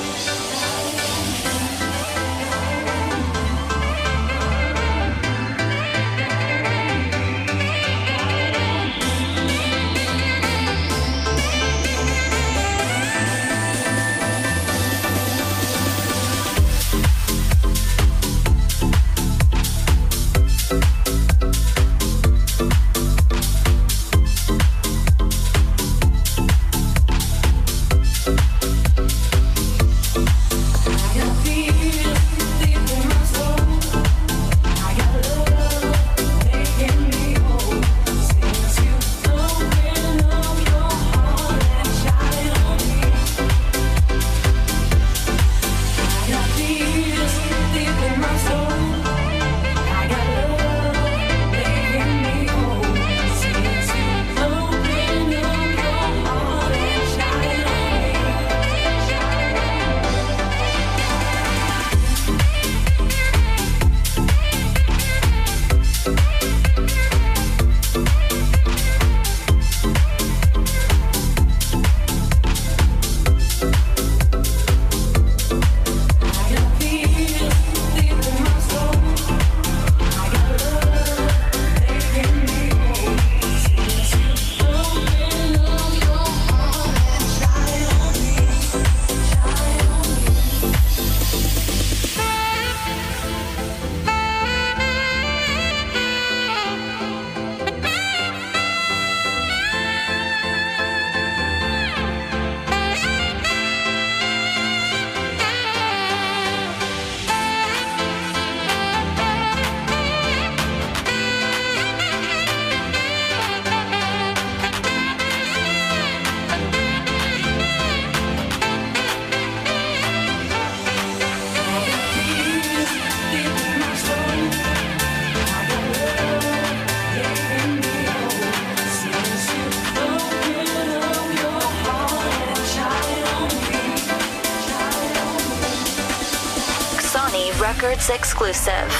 Records exclusive.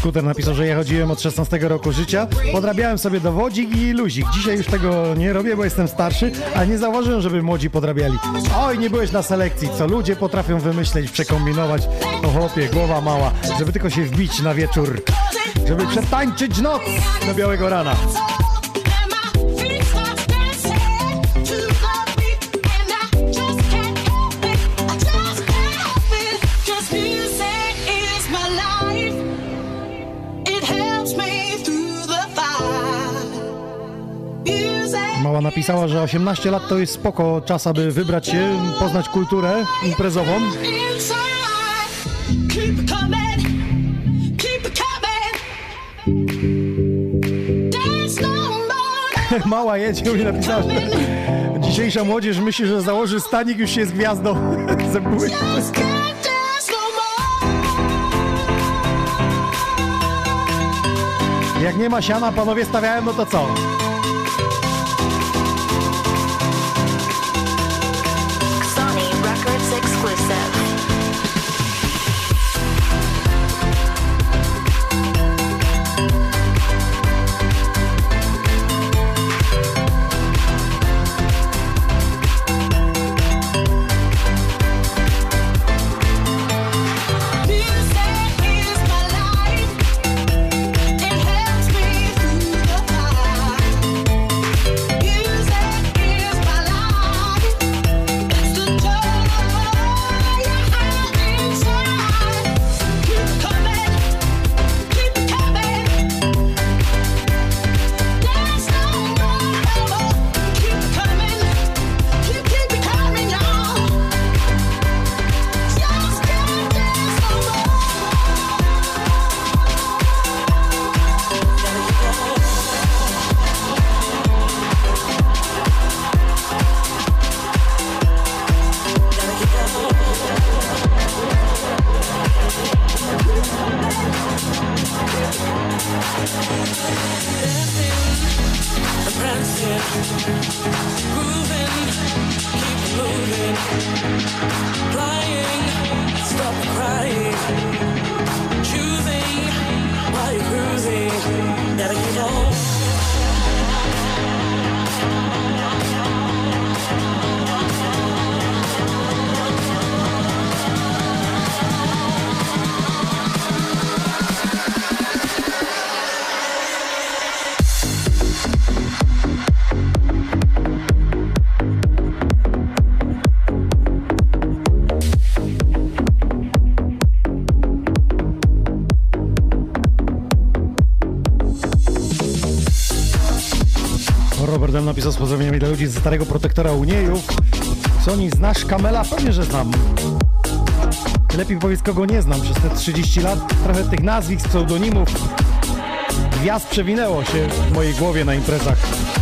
Skuter napisał, że ja chodziłem od 16 roku życia, podrabiałem sobie dowodzik i luzik. Dzisiaj już tego nie robię, bo jestem starszy, a nie zauważyłem, żeby młodzi podrabiali. Oj, nie byłeś na selekcji, co ludzie potrafią wymyśleć, przekombinować. O chłopie, głowa mała, żeby tylko się wbić na wieczór, żeby przetańczyć noc do białego rana. Mała napisała, że 18 lat to jest spoko czas, aby wybrać się, poznać kulturę imprezową. Mała jedzie mi napisała, że dzisiejsza młodzież myśli, że założy stanik, już jest gwiazdą. Jak nie ma siana, panowie stawiałem, no to co? Sony Records exclusive. Robert M. napisał z pozdrowieniami dla ludzi ze starego protektora Uniejów. Soni, znasz Kamela? Pewnie, że znam. Lepiej powiedz, kogo nie znam przez te 30 lat. Trochę tych nazwisk, pseudonimów, gwiazd przewinęło się w mojej głowie na imprezach.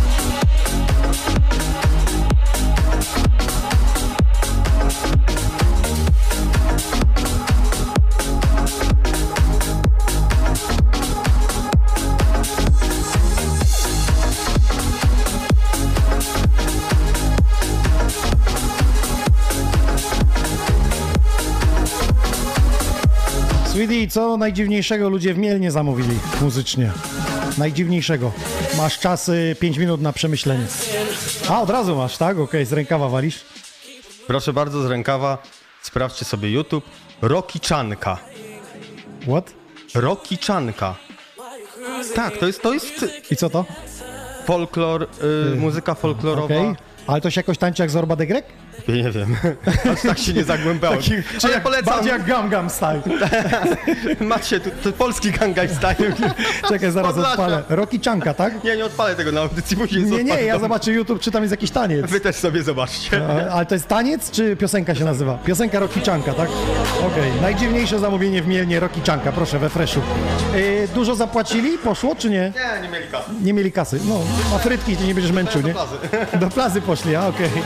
Sweetie, co najdziwniejszego ludzie w Mielnie zamówili muzycznie? Najdziwniejszego. Masz czas 5 minut na przemyślenie. A, od razu masz, tak? Okej, z rękawa walisz? Proszę bardzo, z rękawa sprawdźcie sobie YouTube. Rokiczanka. What? Rokiczanka. Tak, to jest I co to? folklor, muzyka folklorowa. Okej. Ale to się jakoś tańczy jak Zorba de Grek? Nie wiem, aż tak się nie zagłębiałem. Czy ja polecam? Bardziej jak Gangnam Style. Macie, to polski Gangnam Style. Czekaj, zaraz Podlasza. odpalę. Rokiczanka, tak? Nie odpalę tego na audycji, musi Nie, ja zobaczę YouTube, czy tam jest jakiś taniec. Wy też sobie zobaczcie. Ale to jest taniec, czy piosenka się nazywa? Piosenka Rokiczanka, tak? Okej. Najdziwniejsze zamówienie w Mielnie, Rokiczanka, proszę, we freshu. Dużo zapłacili? Poszło, czy nie? Nie, nie mieli kasy. Nie mieli kasy. No, a frytki ty nie będziesz męczył, nie? Do plazy. Do plazy poszli, a okej.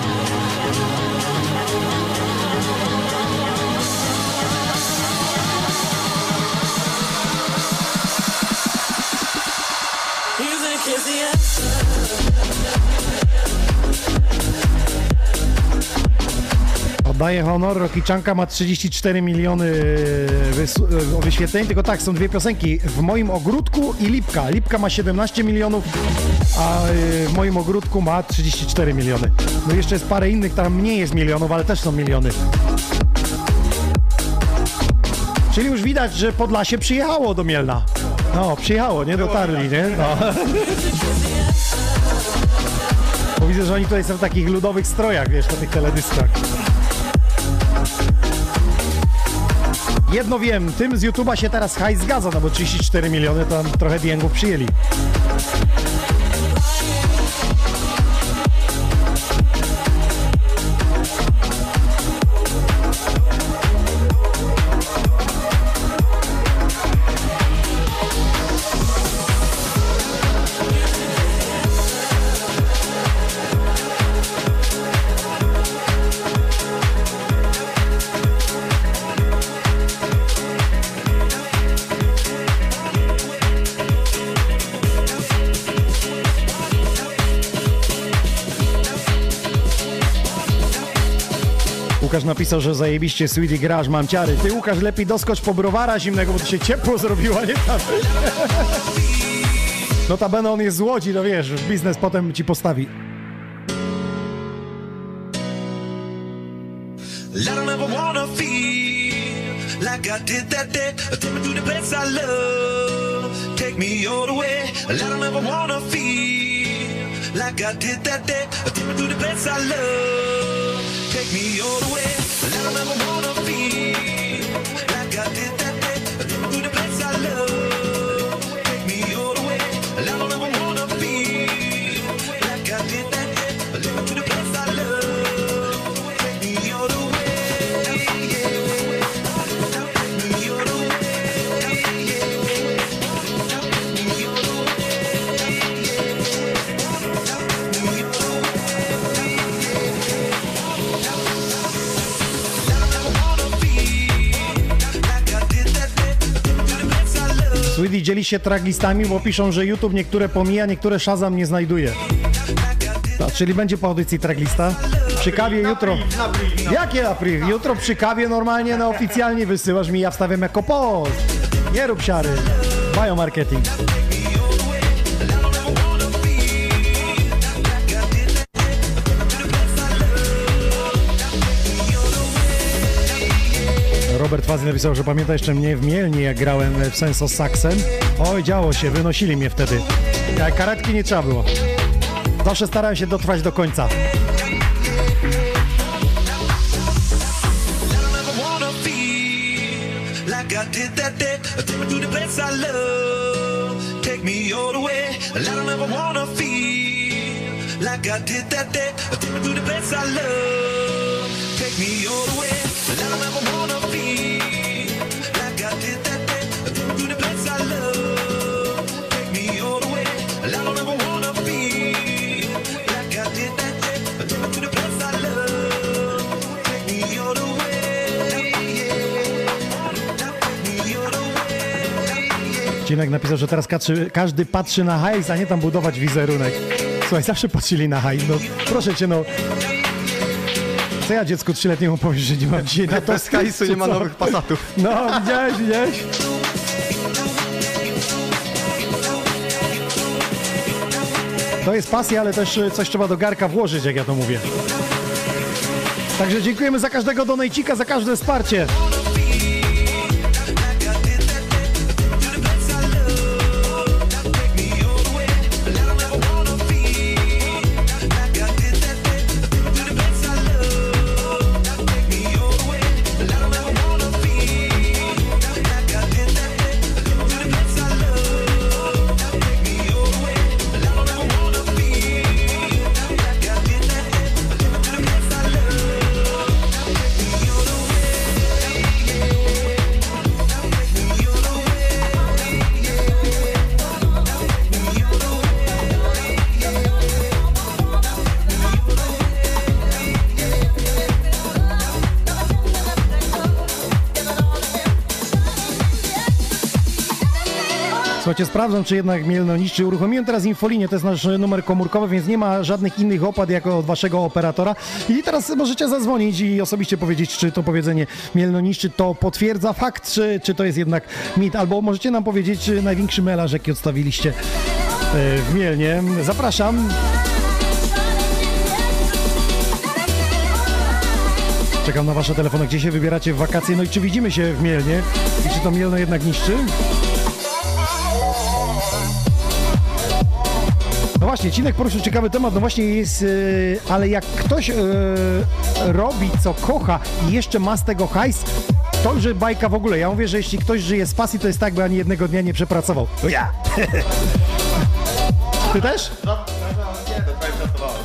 Oddaję honor, Rokicianka ma 34 miliony wyświetleń, tylko tak, są dwie piosenki, W moim ogródku i Lipka. Lipka ma 17 milionów, a W moim ogródku ma 34 miliony. No jeszcze jest parę innych, tam mniej jest milionów, ale też są miliony. Czyli już widać, że Podlasie przyjechało do Mielna. No, przyjechało, nie dotarli, nie? No. Bo widzę, że oni tutaj są w takich ludowych strojach, wiesz, na tych teledyskach. Jedno wiem, tym z YouTube'a się teraz hajs zgadza, no bo 34 miliony to tam trochę diengów przyjęli. Łukasz napisał, że zajebiście Sweetie grasz, mam ciary. Ty, Łukasz, lepiej doskocz po browara zimnego, bo to się ciepło zrobiło, nie tam. Notabene on jest z Łodzi, no wiesz, biznes potem ci postawi. I don't ever wanna feel like I did that day. Take me to the place I love. Take me all the way. I don't ever wanna feel like I did that day. Take me to the place I love. Take me all the way. I don't ever wanna feel like I did that day. Take me to the place I love. Take me all the way. I don't ever wanna feel like I did that day. Take me to the place I love. Take me all the way. Sweetie dzieli się tracklistami, bo piszą, że YouTube niektóre pomija, niektóre Shazam nie znajduje. A, czyli będzie po audycji tracklista? Przy kawie jutro... Jakie na priv? Jutro przy kawie normalnie, no oficjalnie wysyłasz mi, ja wstawiam jako post. Nie rób siary. Biomarketing. Robert Fazy napisał, że pamięta jeszcze mnie w Mielnie, jak grałem w Senso z saksem. Oj, działo się, wynosili mnie wtedy. Karetki nie trzeba było. Zawsze starałem się dotrwać do końca. Cinek napisał, że teraz każdy patrzy na hajs, a nie tam budować wizerunek. Słuchaj, zawsze patrzyli na hajs. No proszę cię, no. Co ja dziecku 3-letniemu powiesz, że nie mam dzisiaj na to? Bez hajsu nie ma nowych Passatów. No, widziałeś? To jest pasja, ale też coś trzeba do garka włożyć, jak ja to mówię. Także dziękujemy za każdego donejcika, za każde wsparcie. Słuchajcie, sprawdzam, czy jednak Mielno niszczy. Uruchomiłem teraz infolinię, to jest nasz numer komórkowy, więc nie ma żadnych innych opłat jako od waszego operatora. I teraz możecie zadzwonić i osobiście powiedzieć, czy to powiedzenie Mielno niszczy to potwierdza fakt, czy to jest jednak mit. Albo możecie nam powiedzieć największy melarz, jaki odstawiliście w Mielnie. Zapraszam. Czekam na wasze telefony, gdzie się wybieracie w wakacje, no i czy widzimy się w Mielnie i czy to Mielno jednak niszczy? No właśnie, Cinek poruszył ciekawy temat, no właśnie jest, ale jak ktoś robi co kocha i jeszcze ma z tego hajs, to już bajka w ogóle. Ja mówię, że jeśli ktoś żyje z pasji, to jest tak, by ani jednego dnia nie przepracował. No ja! Ty też? Nie, to prawie pracowałem.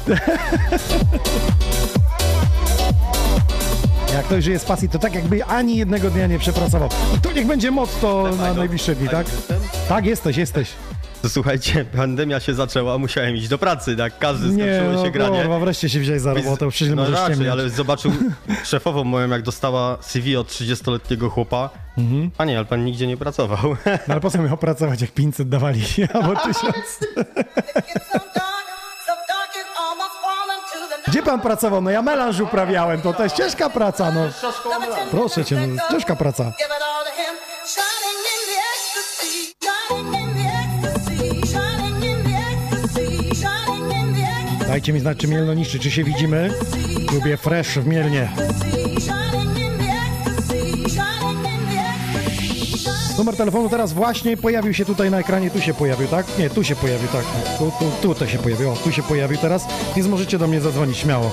Jak ktoś żyje z pasji, to tak jakby ani jednego dnia nie przepracował. I to niech będzie motto na najbliższe dni, tak? Tak, jesteś. To słuchajcie, pandemia się zaczęła, musiałem iść do pracy, tak? Każdy skończyło się granie. Kurwa, wreszcie się wziąłeś za robotę, przyjdzie No możesz raczej, ściemniać. ale zobaczył szefową moją, jak dostała CV od 30-letniego chłopa. A nie, ale pan nigdzie nie pracował. No ale po co miał pracować, jak 500 dawali? Albo 1000. Gdzie pan pracował? No ja melanż uprawiałem, to jest ciężka praca, no. Proszę cię, no, ciężka praca. Dajcie mi znać, czy Mielno niszczy, czy się widzimy. Lubię fresh w Mielnie. Numer telefonu teraz właśnie pojawił się tutaj na ekranie, tu się pojawił, tak? Nie, tu się pojawił, tak. Tu to się pojawiło, o, tu się pojawił teraz, więc możecie do mnie zadzwonić śmiało.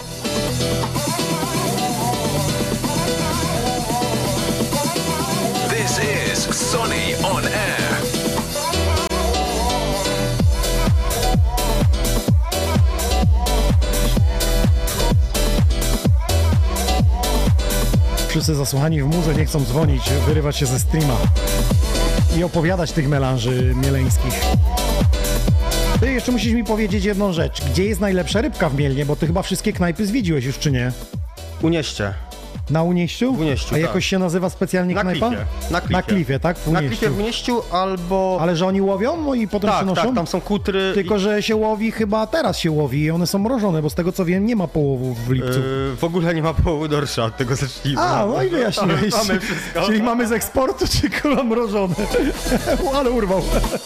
This is Sonny on Air. Wszyscy zasłuchani w murze nie chcą dzwonić, wyrywać się ze streama i opowiadać tych melanży mieleńskich. Ty jeszcze musisz mi powiedzieć jedną rzecz. Gdzie jest najlepsza rybka w Mielnie? Bo ty chyba wszystkie knajpy zwiedziłeś już, czy nie? Unieście. Na Unieściu? W Unieściu, A tak. jakoś się nazywa specjalnie Na knajpa? klifie. Na klifie, tak? W Na Unieściu. klifie w Unieściu albo... Ale że oni łowią no i potem Tak, przynoszą? tak, tam są kutry. Tylko, że się łowi chyba teraz się łowi i one są mrożone, bo z tego co wiem nie ma połowów w lipcu. W ogóle nie ma połowu dorsza, od tego zacznijmy. A, no i wyjaśniłeś. Mamy wszystko. Czyli mamy z eksportu czy kola mrożone? Ale urwał.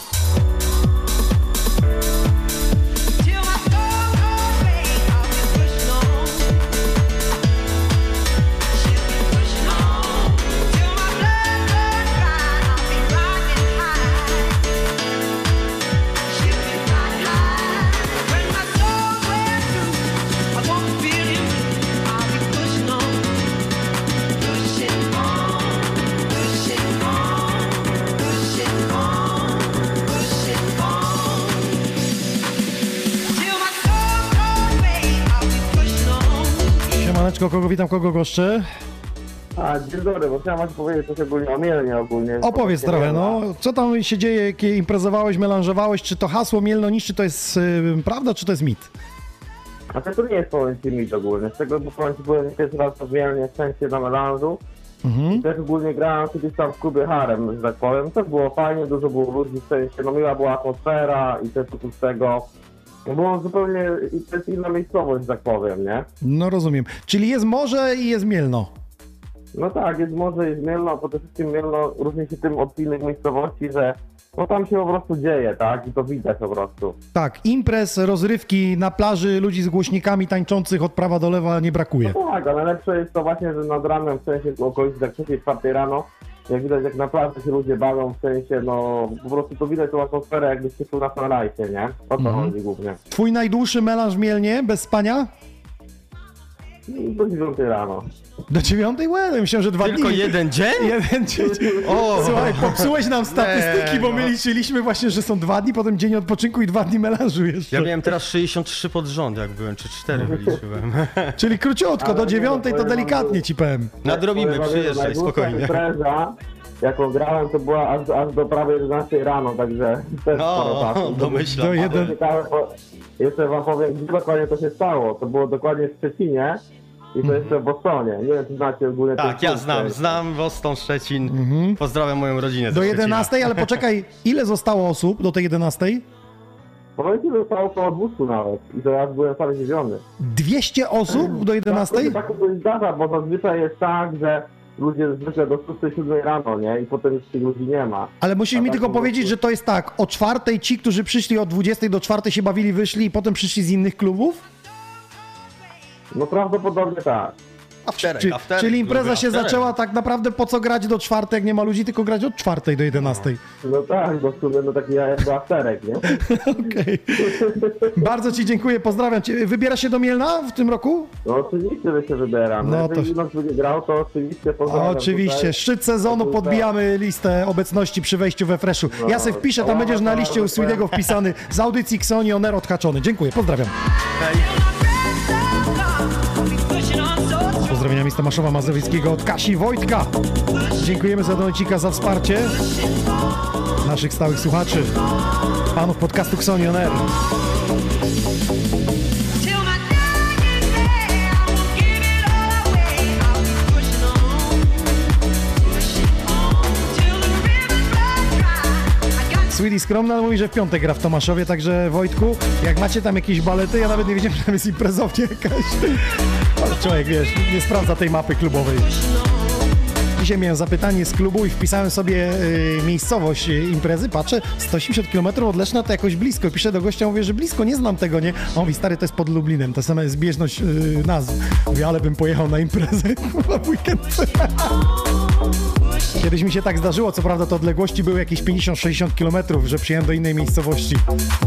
Siemaneczko, kogo witam, kogo goszczę? Dzień dobry, bo chciałem właśnie powiedzieć coś ogólnie o Mielnie ogólnie. Opowiedz trochę, no. Co tam się dzieje, jakie imprezowałeś, melanżowałeś? Czy to hasło Mielno niszczy to jest prawda, czy to jest mit? A to nie jest powiem ci mit ogólnie. Z tego, bo powiem ci, byłem pierwszy raz w Mielnie, w sensie na melanżu. I też ogólnie grałem kiedyś tam w klubie Harem, że tak powiem. To było fajnie, dużo było ludzi, w sensie, no miła była atmosfera i też oprócz tego. No było zupełnie, to jest inna miejscowość, że tak powiem, nie? No rozumiem. Czyli jest morze i jest Mielno. No tak, jest morze, jest Mielno, a przede wszystkim Mielno różni się tym od innych miejscowości, że no tam się po prostu dzieje, tak? I to widać po prostu. Tak, imprez, rozrywki na plaży, ludzi z głośnikami tańczących od prawa do lewa nie brakuje. No tak, a najlepsze jest to właśnie, że nad ranem, w sensie w okolicy tak 3-4 rano, jak widać, jak na plaży się ludzie bawią, w sensie, no po prostu to widać tą atmosferę, jakbyś się tu na Sunrise, nie? O to chodzi głównie. Twój najdłuższy melanż w Mielnie, bez spania? Do 9 rano. Do 9? Łe, myślałem, że 2 dni. Tylko jeden dzień? Jeden dzień. O! Słuchaj, popsułeś nam statystyki, Nie, bo no. my liczyliśmy właśnie, że są 2 dni, potem dzień odpoczynku i 2 dni melanżu jeszcze. Ja miałem teraz 63 pod rząd, jak byłem, czy 4 wyliczyłem. Czyli króciutko, Ale do nie, 9 to powiem delikatnie wam, ci powiem. Nadrobimy, Powiem wam, przyjeżdżaj, najdłuższa spokojnie. impreza, jaką grałem, to była aż do prawie 11 rano, także też sporo O, czasu. domyślam. Do A to jeden. ciekawe, bo jeszcze wam powiem, gdzie dokładnie to się stało. To było dokładnie w Szczecinie. I to jeszcze w Bostonie. Nie wiem, czy znacie ogólnie ten Tak, ja punkt. znam Boston, Szczecin. Pozdrawiam moją rodzinę ze Do Szczecina. 11, ale poczekaj, ile zostało osób do tej 11? Powiem ci, że zostało około 200 nawet. I to ja byłem cały zdziwiony. 200 osób do 11? Tak to się zdarza, bo zazwyczaj jest tak, że ludzie zwykle do 6-7 rano, nie? I potem już tych ludzi nie ma. Ale musisz A mi tak tylko po prostu- powiedzieć, że to jest tak, o 4 ci, którzy przyszli od 20 do 4 się bawili, wyszli i potem przyszli z innych klubów? No prawdopodobnie tak. Afterek, Czyli impreza lubię się afterek. zaczęła tak naprawdę po co grać do 4, jak nie ma ludzi, tylko grać od 4 do 11. No tak, bo w sumie no taki jakby afterek, nie? Okej. Bardzo ci dziękuję, pozdrawiam cię. Wybierasz się do Mielna w tym roku? No oczywiście, że się wybieram. No No to- to... Jeżeli Inox będzie grał, to oczywiście pozdrawiam. Oczywiście, tutaj. szczyt sezonu, Tutaj. podbijamy listę obecności przy wejściu we Freshu. No. Ja se wpiszę, tam będziesz na liście u Swidego wpisany z audycji Xoni On Air odhaczony. Dziękuję, pozdrawiam. Pozdrowieniami z Tomaszowa Mazowieckiego od Kasi i Wojtka. Dziękujemy za donocika, za wsparcie naszych stałych słuchaczy, panów podcastu Xoni On Air. Sweetie skromna, ale mówi, że w piątek gra w Tomaszowie, także Wojtku, jak macie tam jakieś balety, ja nawet nie wiedziałem, że tam jest imprezownia jakaś. Ale człowiek, wiesz, nie sprawdza tej mapy klubowej. Dzisiaj miałem zapytanie z klubu i wpisałem sobie miejscowość imprezy, patrzę, 180 km od Leszna to jakoś blisko. Piszę do gościa, mówię, że blisko, nie znam tego, nie? A on mówi, stary, to jest pod Lublinem, to sama zbieżność nazw. Mówię, ale bym pojechał na imprezę w weekend. Kiedyś mi się tak zdarzyło, co prawda te odległości były jakieś 50-60 km, że przyjechałem do innej miejscowości.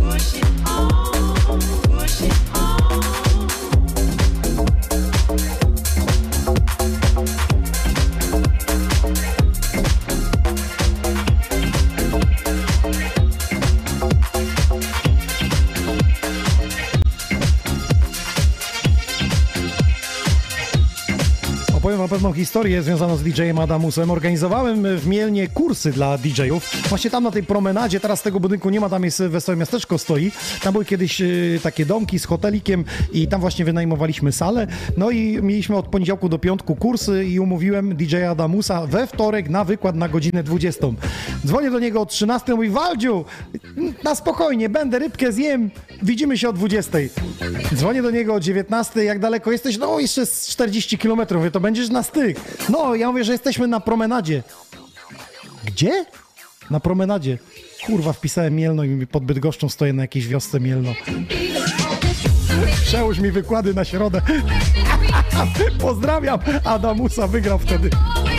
Opowiem wam pewną historię związaną z DJ-em Adamusem. Organizowałem w Mielnie kursy dla DJ-ów. Właśnie tam na tej promenadzie, teraz tego budynku nie ma, tam jest Wesołe Miasteczko stoi. Tam były kiedyś takie domki z hotelikiem i tam właśnie wynajmowaliśmy salę. No i mieliśmy od poniedziałku do piątku kursy i umówiłem DJ-a Adamusa we wtorek na wykład na godzinę 20. Dzwonię do niego o 13, mówi, Waldziu, na spokojnie, będę, rybkę zjem, widzimy się o 20. Dzwonię do niego o 19, jak daleko jesteś? No jeszcze z 40 km, mówię, to będziesz na styk. No, ja mówię, że jesteśmy na promenadzie. Gdzie? Na promenadzie. Kurwa, wpisałem Mielno i pod Bydgoszczą stoję na jakiejś wiosce Mielno. Przełóż mi wykłady na środę. Pozdrawiam, Adamusa wygrał wtedy.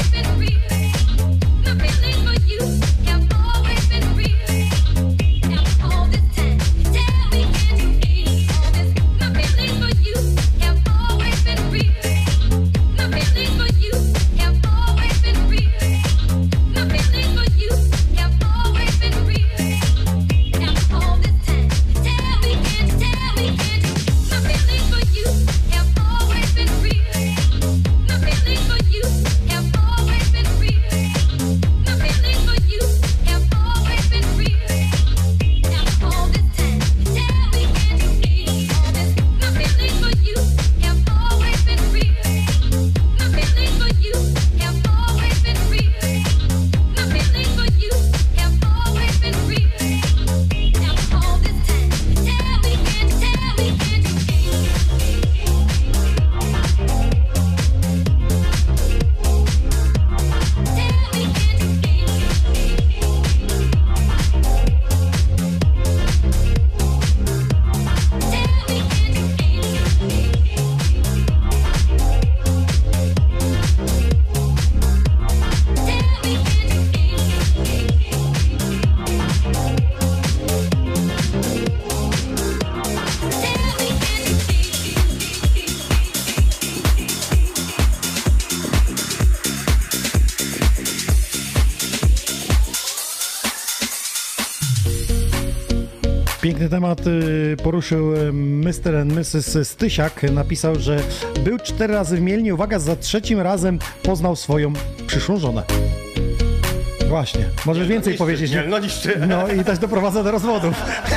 Piękny temat poruszył Mr. and Mrs. Stysiak. Napisał, że był 4 razy w Mielnie. Uwaga, za 3. razem poznał swoją przyszłą żonę. Właśnie, możesz więcej powiedzieć. No niszczy. No i też doprowadza do rozwodów.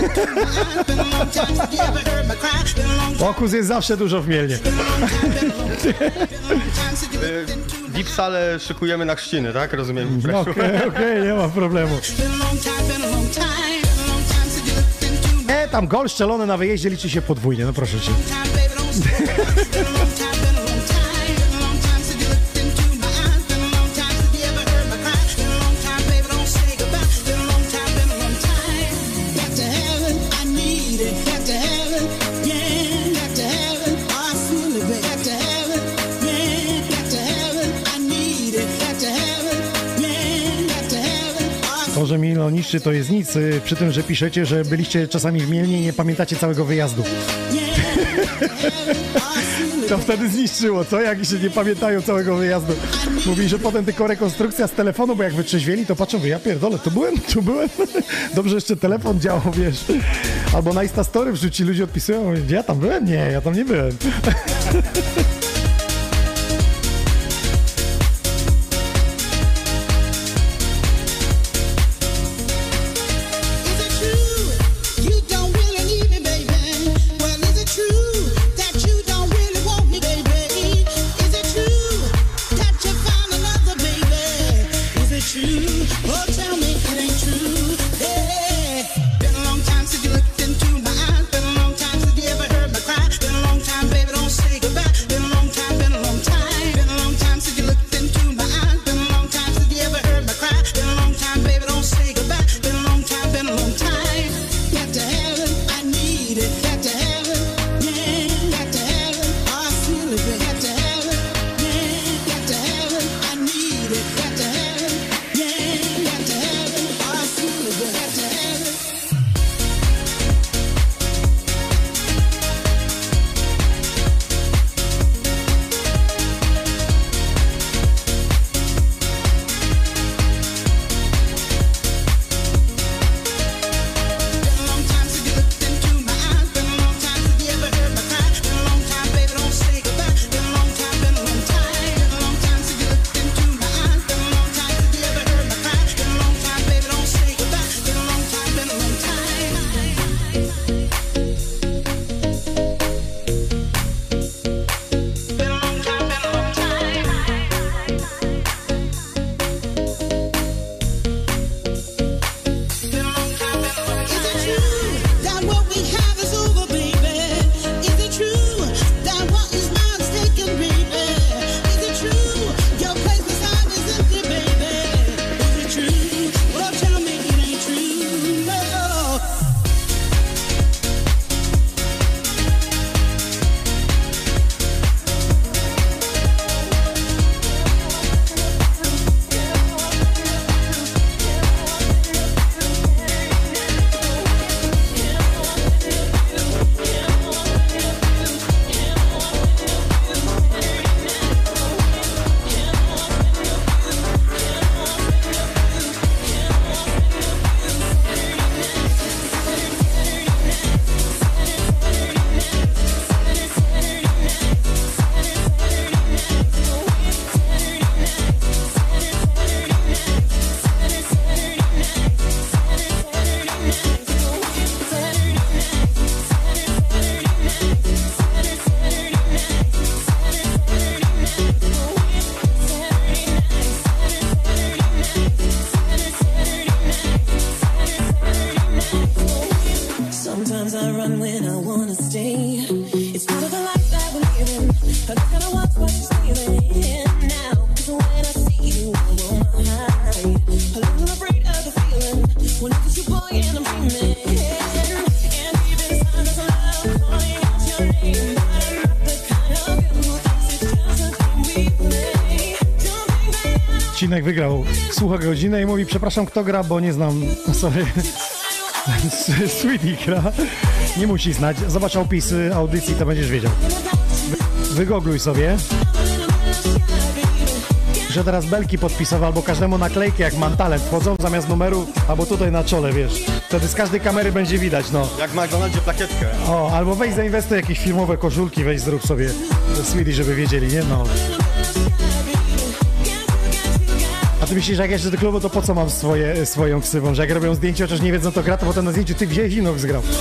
Pokus jest zawsze dużo w Mielnie. VIP salę szykujemy na chrzciny, tak? Rozumiem. No, okej, nie ma problemu. Tam gol strzelony na wyjeździe liczy się podwójnie, no proszę cię. To, że Milo niszczy, to jest nic, przy tym, że piszecie, że byliście czasami w Mielnie i nie pamiętacie całego wyjazdu. To wtedy zniszczyło, co? Jak się nie pamiętają całego wyjazdu. Mówi, że potem tylko rekonstrukcja z telefonu, bo jak wytrzeźwieli, to patrzą, ja pierdolę, tu byłem. Dobrze, jeszcze telefon działał, wiesz. Albo na Insta Story wrzuci, ludzie odpisują, gdzie ja tam byłem? Nie, ja tam nie byłem. Cinek wygrał, słucha godzinę i mówi, przepraszam, kto gra, bo nie znam, sorry. Sweetie gra. Nie musi znać. Zobacz opis audycji, to będziesz wiedział. Wygogluj sobie. Że teraz belki podpisowe albo każdemu naklejki jak mam talent wchodzą zamiast numeru, albo tutaj na czole, wiesz. Wtedy z każdej kamery będzie widać, no. Jak w McDonaldzie plakietkę. O, albo weź zainwestuj jakieś filmowe koszulki, weź zrób sobie Sweetie, żeby wiedzieli, nie? No. A ty myślisz, że jak jeszcze do klubu, to po co mam swoją ksywą? Że jak robią zdjęcie, chociaż nie wiedzą, to gra, to potem na zdjęciu ty wziąłeś i Nox grał.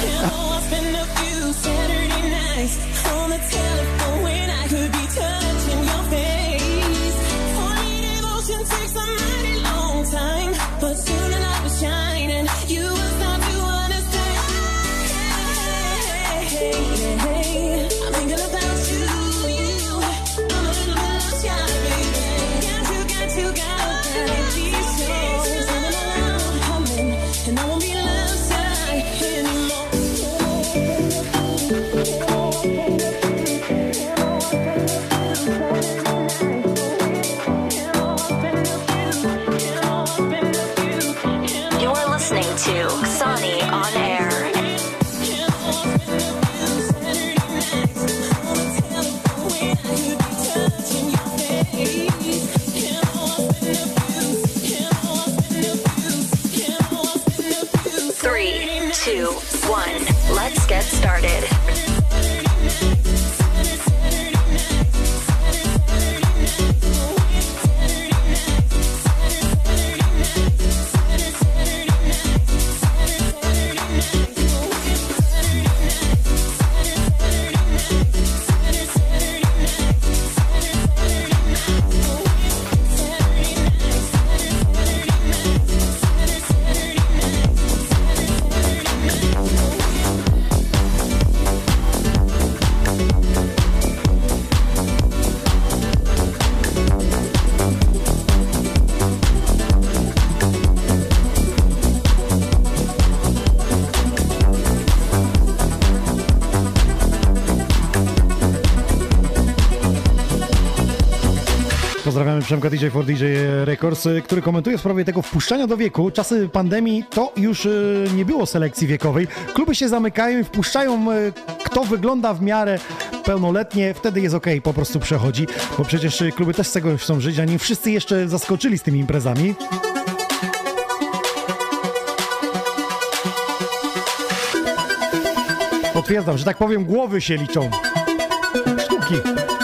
And I won't be left side anymore. 2, 1. Let's get started. Pozdrawiamy Przemka DJ for DJ Records, który komentuje w sprawie tego wpuszczania do wieku. Czasy pandemii to już nie było selekcji wiekowej. Kluby się zamykają i wpuszczają kto wygląda w miarę pełnoletnie, wtedy jest okej, po prostu przechodzi, bo przecież kluby też z tego chcą żyć, a nie wszyscy jeszcze zaskoczyli z tymi imprezami. Potwierdzam, że tak powiem, głowy się liczą. Sztuki.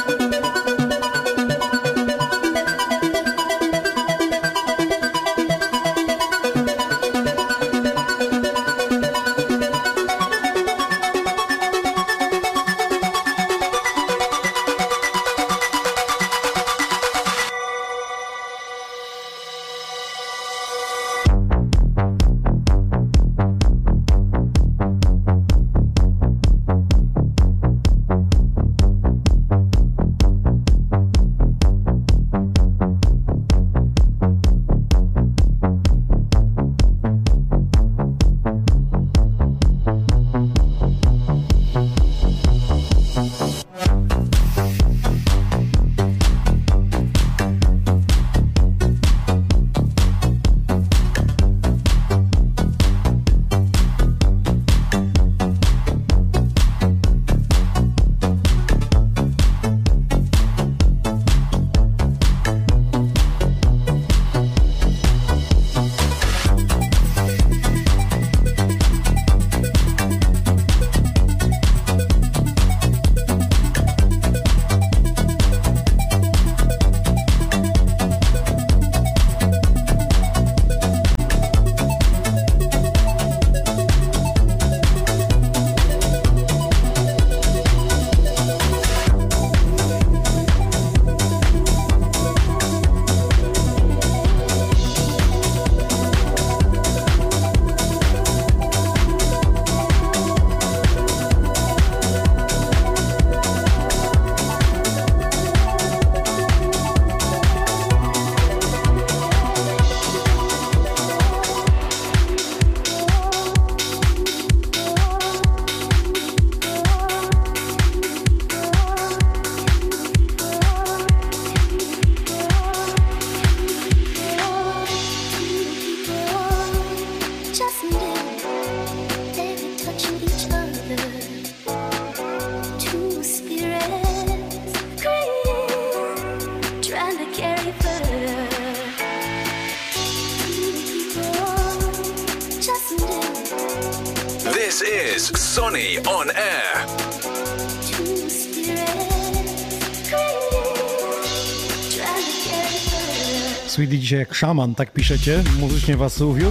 This is Sonny on Air. Sweetie dzisiaj jak szaman, tak piszecie. Muzycznie was uwiódł.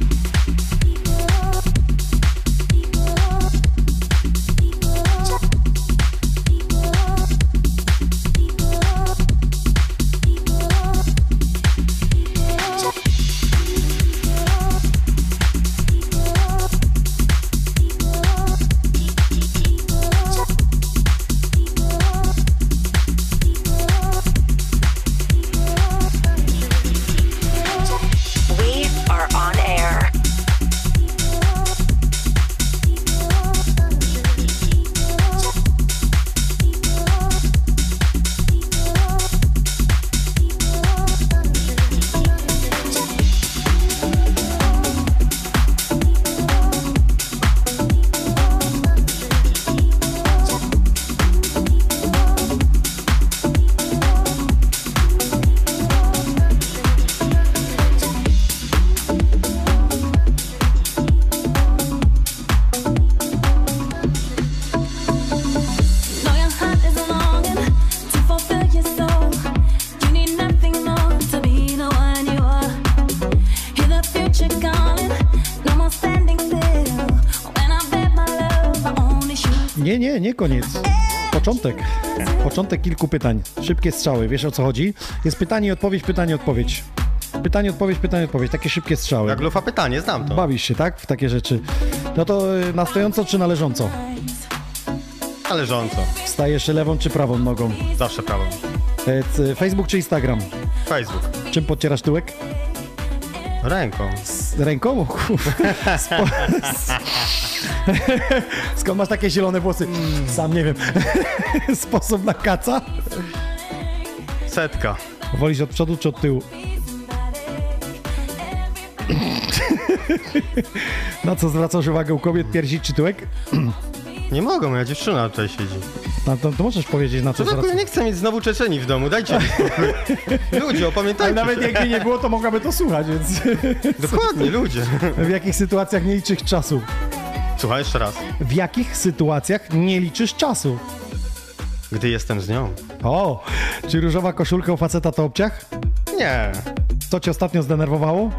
We are on air. Know your heart is longing to fulfill your soul. You need nothing more to be the one you are. Hear the future calling, no more standing still. When I bet my love, I only shoot. Nie koniec. Początek kilku pytań. Szybkie strzały, wiesz o co chodzi? Jest pytanie, odpowiedź, pytanie, odpowiedź. Pytanie, odpowiedź, takie szybkie strzały. Jak lufa pytanie, znam to. Bawisz się, tak? W takie rzeczy. No to na stojąco czy na leżąco? Należąco. Wstajesz lewą czy prawą nogą? Zawsze prawą. Facebook czy Instagram? Facebook. Czym podcierasz tyłek? Ręką. Z ręką? Skąd masz takie zielone włosy? Sam nie wiem. Sposób na kaca? Setka. Wolisz od przodu czy od tyłu? Na co zwracasz uwagę u kobiet? Piersi czy tyłek? Nie mogą, moja dziewczyna tutaj siedzi. No to możesz powiedzieć na co Człowieku, ja zwracasz. nie chcę mieć znowu Czeczeni w domu, dajcie mi spokój. Ludzie, Ale opamiętajcie nawet się. jakby nie było, to mogłaby to słuchać, więc Dokładnie, ludzie. w jakich sytuacjach nie liczysz czasu? Słuchaj jeszcze raz. W jakich sytuacjach nie liczysz czasu? Gdy jestem z nią. O, czy różowa koszulka u faceta to obciach? Nie. Co cię ostatnio zdenerwowało?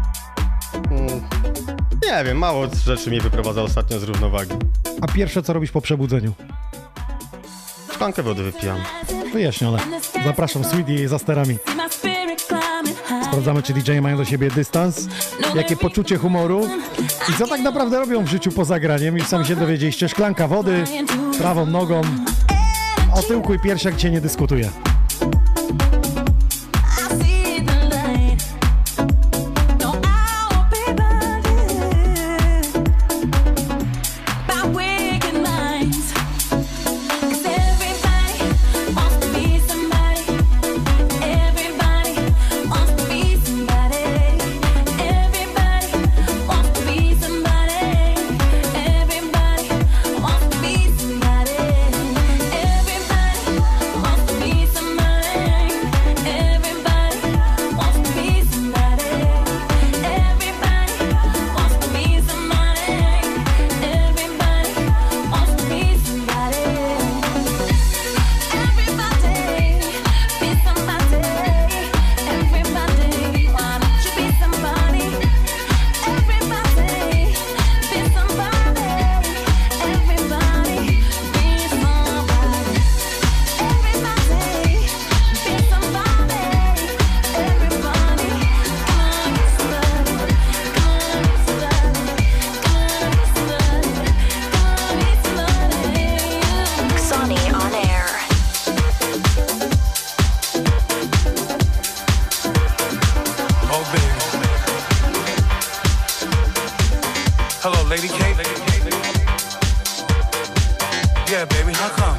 Nie wiem, mało rzeczy mnie wyprowadza ostatnio z równowagi. A pierwsze co robisz po przebudzeniu? Szklankę wody wypijam. Wyjaśnione. Zapraszam Sweetie za sterami. See my spirit climbing high. Sprawdzamy, czy DJ mają do siebie dystans, jakie poczucie humoru i co tak naprawdę robią w życiu poza graniem. Już sami się dowiedzieliście. Szklanka wody, prawą nogą, o tyłku i piersiach cię nie dyskutuje. I see the light. No, I'll be blinded by wicked minds. 'Cause everybody wants to be somebody. Everybody wants to be somebody. Everybody wants to be somebody. Everybody wants to be somebody. Everybody wants to be somebody. Everybody wants to be somebody. Everybody wants to be somebody. Everybody wants to be somebody. Everybody be somebody. Everybody, why don't you be somebody? Everybody be somebody. Everybody be somebody. Everybody be somebody. Everybody, Sonny on air. Oh, baby. Hello, Lady Kate. Yeah, baby, how come?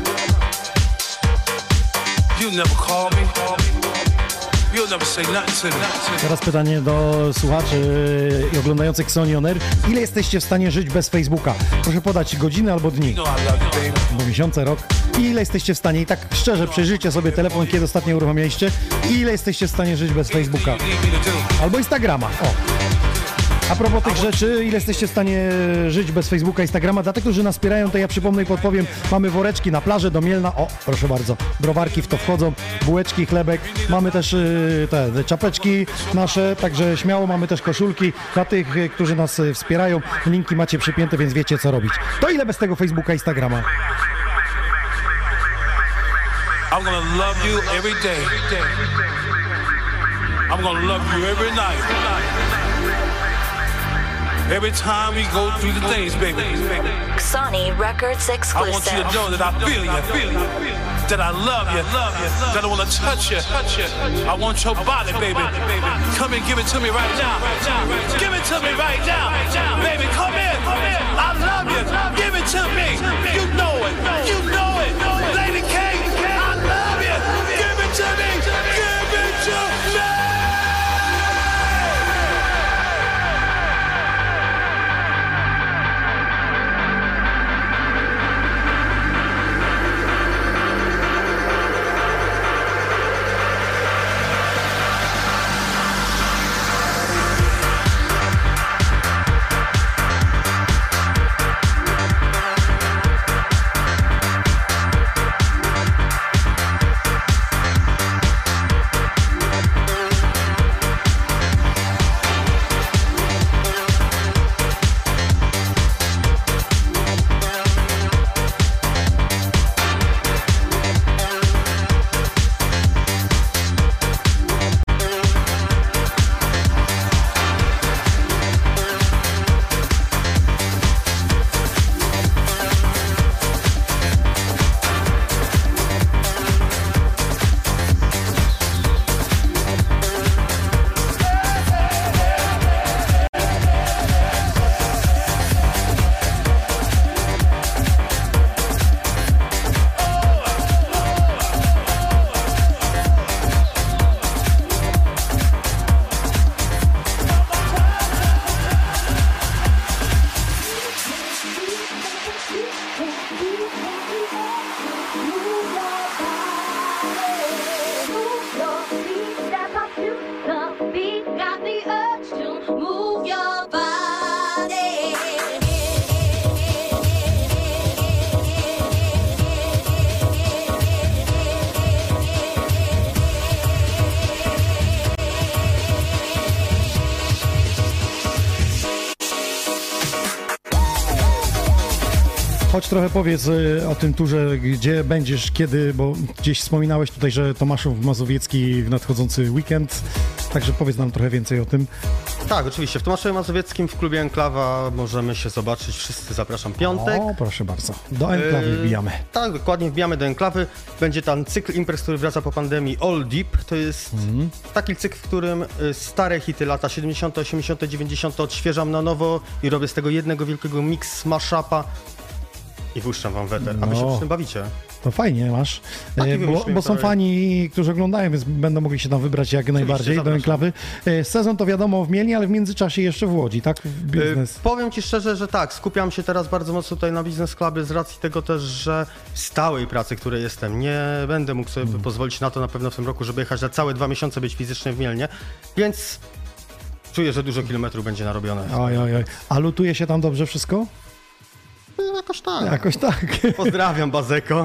You never call me. You'll never say nothing to me. Teraz pytanie do słuchaczy i oglądających Xoni On Air. Ile jesteście w stanie żyć bez Facebooka? Proszę podać godziny albo dni, You know I love you, baby. albo miesiące, rok. I ile jesteście w stanie, i tak szczerze przejrzyjcie sobie telefon, kiedy ostatnio uruchomiliście, i ile jesteście w stanie żyć bez Facebooka You need me to do. albo Instagrama. O, A propos tych rzeczy, ile jesteście w stanie żyć bez Facebooka, Instagrama? Dla tych, którzy nas wspierają, to ja przypomnę i podpowiem, mamy woreczki na plażę do Mielna. O, proszę bardzo, browarki w to wchodzą, bułeczki, chlebek. Mamy też te czapeczki nasze, także śmiało, mamy też koszulki. Dla tych, którzy nas wspierają, linki macie przypięte, więc wiecie, co robić. To ile bez tego Facebooka, Instagrama? I'm gonna love you every day. I'm gonna love you every night. Every time we go through the things, baby. Sony Records I want exclusive. you to know that I feel you, that I love you, that I wanna touch you. I want your body, baby. Come and give it to me right now. Give it to me right now. Baby, come in. I love you. Give it to me. You know it. You know it. Lady K, I love you. Give it to me. Give it to me. Chodź trochę powiedz o tym turze, gdzie będziesz, kiedy, bo gdzieś wspominałeś tutaj, że Tomaszów Mazowiecki w nadchodzący weekend, także powiedz nam trochę więcej o tym. Tak, oczywiście. W Tomaszowie Mazowieckim w klubie Enklawa możemy się zobaczyć. Wszyscy zapraszam piątek. O, proszę bardzo. Do Enklawy wbijamy. Tak, dokładnie wbijamy do Enklawy. Będzie tam cykl imprez, który wraca po pandemii, All Deep. To jest taki cykl, w którym stare hity lata 70., 80., 90. odświeżam na nowo i robię z tego jednego wielkiego mix mashupa i puszczam wam weter, a wy się przy tym bawicie. To fajnie masz, bo są fani, którzy oglądają, więc będą mogli się tam wybrać jak najbardziej do Enklawy. Sezon to wiadomo w Mielnie, ale w międzyczasie jeszcze w Łodzi, tak? Biznes. Powiem ci szczerze, że tak, skupiam się teraz bardzo mocno tutaj na Biznes Clubie z racji tego też, że z stałej pracy, której jestem, nie będę mógł sobie pozwolić na to na pewno w tym roku, żeby jechać na całe 2 miesiące, być fizycznie w Mielnie, więc czuję, że dużo kilometrów będzie narobione. Oj. A lutuje się tam dobrze wszystko? Jakoś tak. Jakoś tak. Pozdrawiam Bazeko.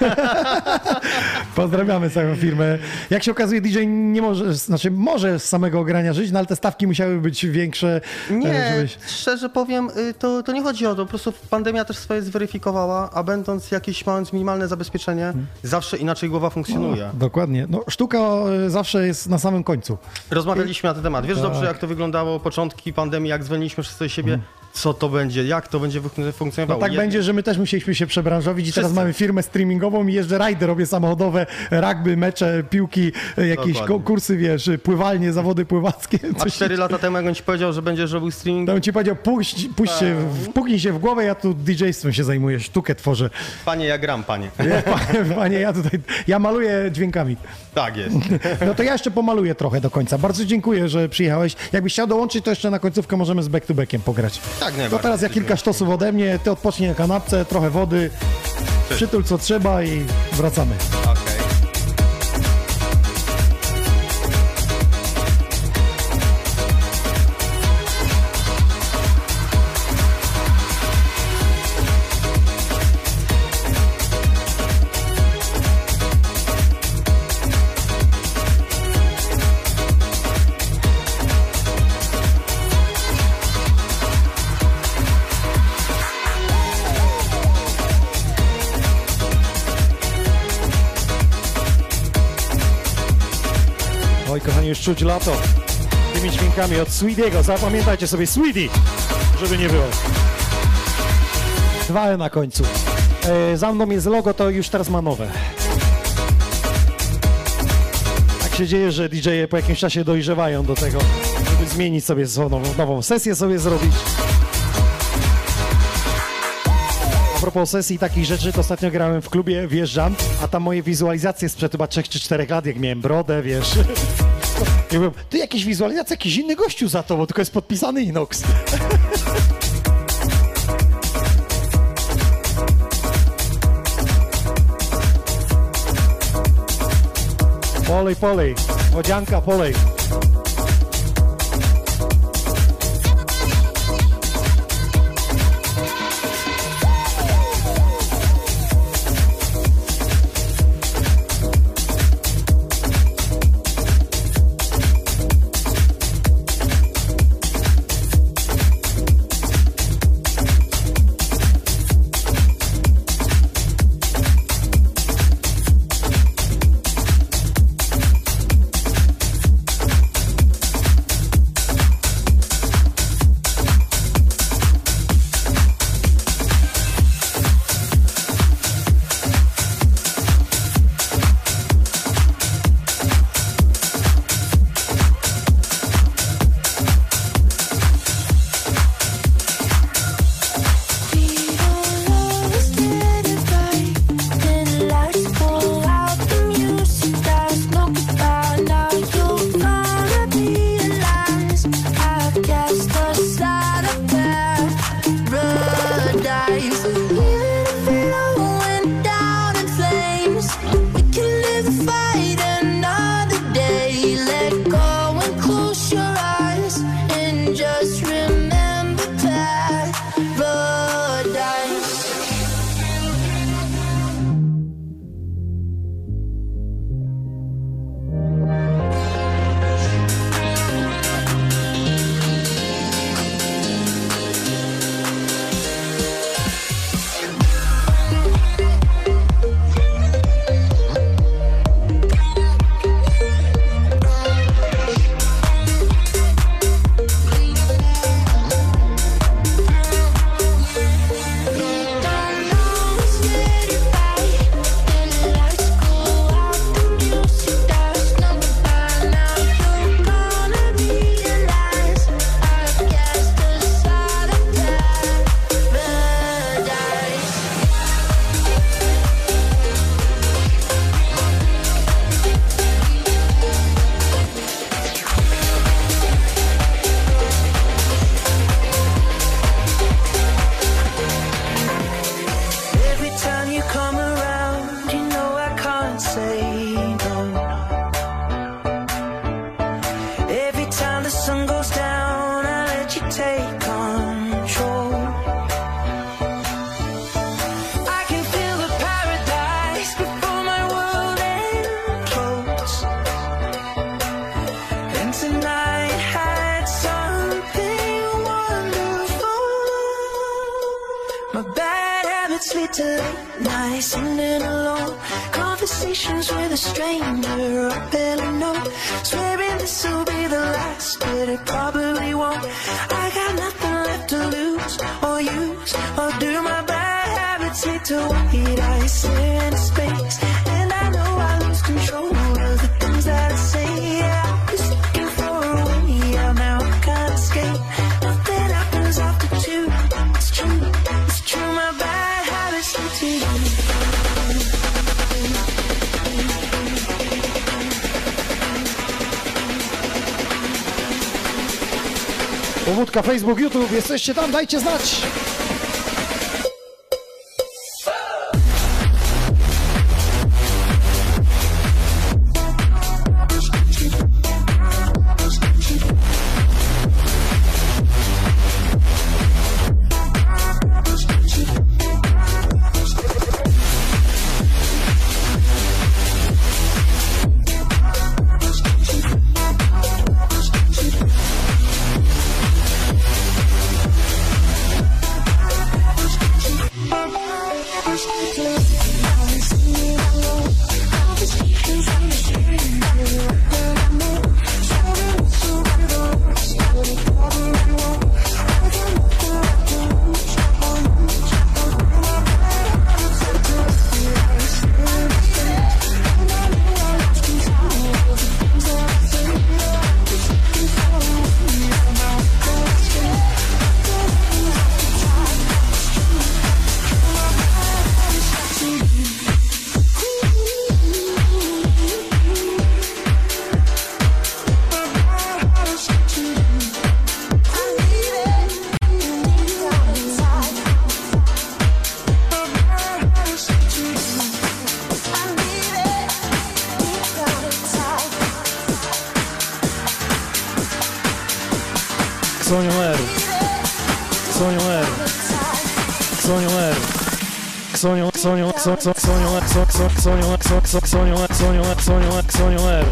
Pozdrawiamy całą firmę. Jak się okazuje, DJ nie może, znaczy może z samego grania żyć, no ale te stawki musiały być większe. Nie, szczerze powiem, to nie chodzi o to. Po prostu pandemia też swoje zweryfikowała, a będąc jakieś mając minimalne zabezpieczenie, zawsze inaczej głowa funkcjonuje. No, dokładnie. No, sztuka zawsze jest na samym końcu. Rozmawialiśmy na ten temat. Wiesz dobrze, jak to wyglądało początki pandemii, jak zwolniliśmy wszyscy siebie, co to będzie, jak to będzie funkcjonowało. No tak będzie, że my też musieliśmy się przebranżowić i teraz mamy firmę streamingową i jeżdżę rajdy, robię samochododzie, rugby, mecze, piłki, jakieś kursy, wiesz, pływalnie, zawody pływackie. A 4 lata temu, jak on ci powiedział, że będziesz robił streaming? To on ci powiedział, puknij się w głowę, ja tu DJ-stwem się zajmuję, sztukę tworzę. Panie, ja gram, panie. Panie, ja maluję dźwiękami. Tak jest. No to ja jeszcze pomaluję trochę do końca. Bardzo dziękuję, że przyjechałeś. Jakbyś chciał dołączyć, to jeszcze na końcówkę możemy z back to backiem pograć. Tak, nie. To teraz ja kilka sztosów ode mnie, ty odpocznij na kanapce, trochę wody, przytul co trzeba i wracamy. Okay. już czuć lato. Tymi dźwiękami od Sweetiego. Zapamiętajcie sobie Sweetie, żeby nie było. 2 na końcu. Za mną jest logo, to już teraz ma nowe. Tak się dzieje, że DJ-e po jakimś czasie dojrzewają do tego, żeby zmienić sobie nową sesję sobie zrobić. A propos sesji takich rzeczy, to ostatnio grałem w klubie, wjeżdżam, a tam moje wizualizacje sprzed chyba 3 czy 4 lat, jak miałem brodę, wiesz. I mówię, ty jakieś wizualizacje, jakiś inny gościu za to, bo tylko jest podpisany Inox. Polej, wodzianka, polej. Powódka, Facebook, YouTube, jesteście tam, dajcie znać! Xonioner. Xonioner. Xonioner. Xonioner.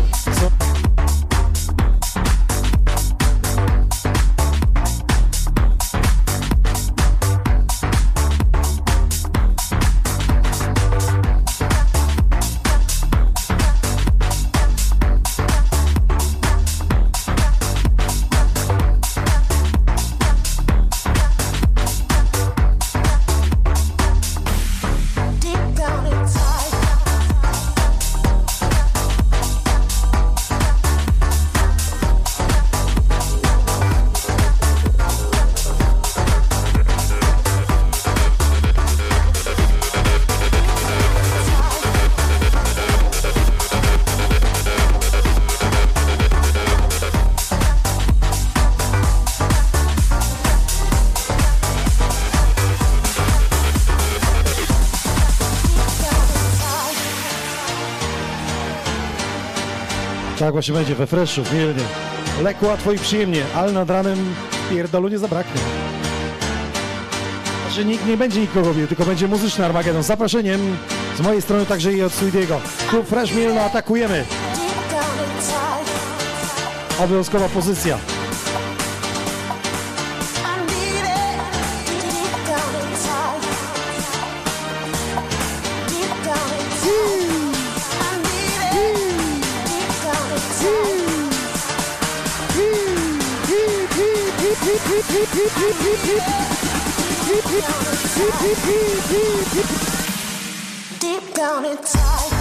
Tak właśnie będzie we freshu, mielnie. Lekko, łatwo i przyjemnie, ale nad ranem pierdolu nie zabraknie. Znaczy nikt nie będzie nikogo bił, tylko będzie muzyczny Armagedon. Z zaproszeniem z mojej strony także i od Sweetiego. Klub Fresh Mielno, atakujemy. Obowiązkowa pozycja. Deep down inside.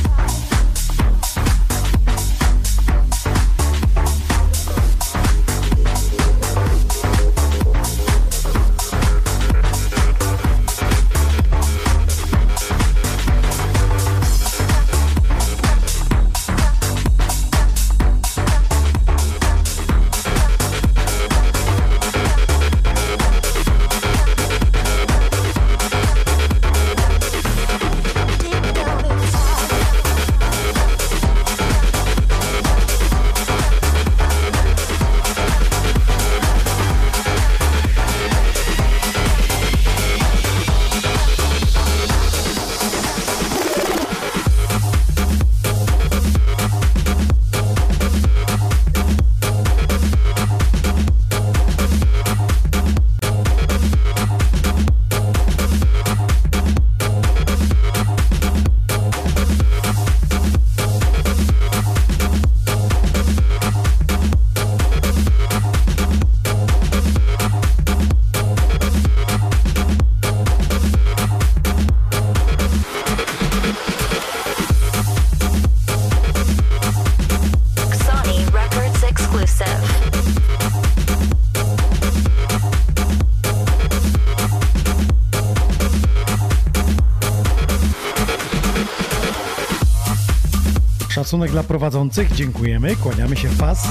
Szacunek dla prowadzących, dziękujemy, kłaniamy się w pas.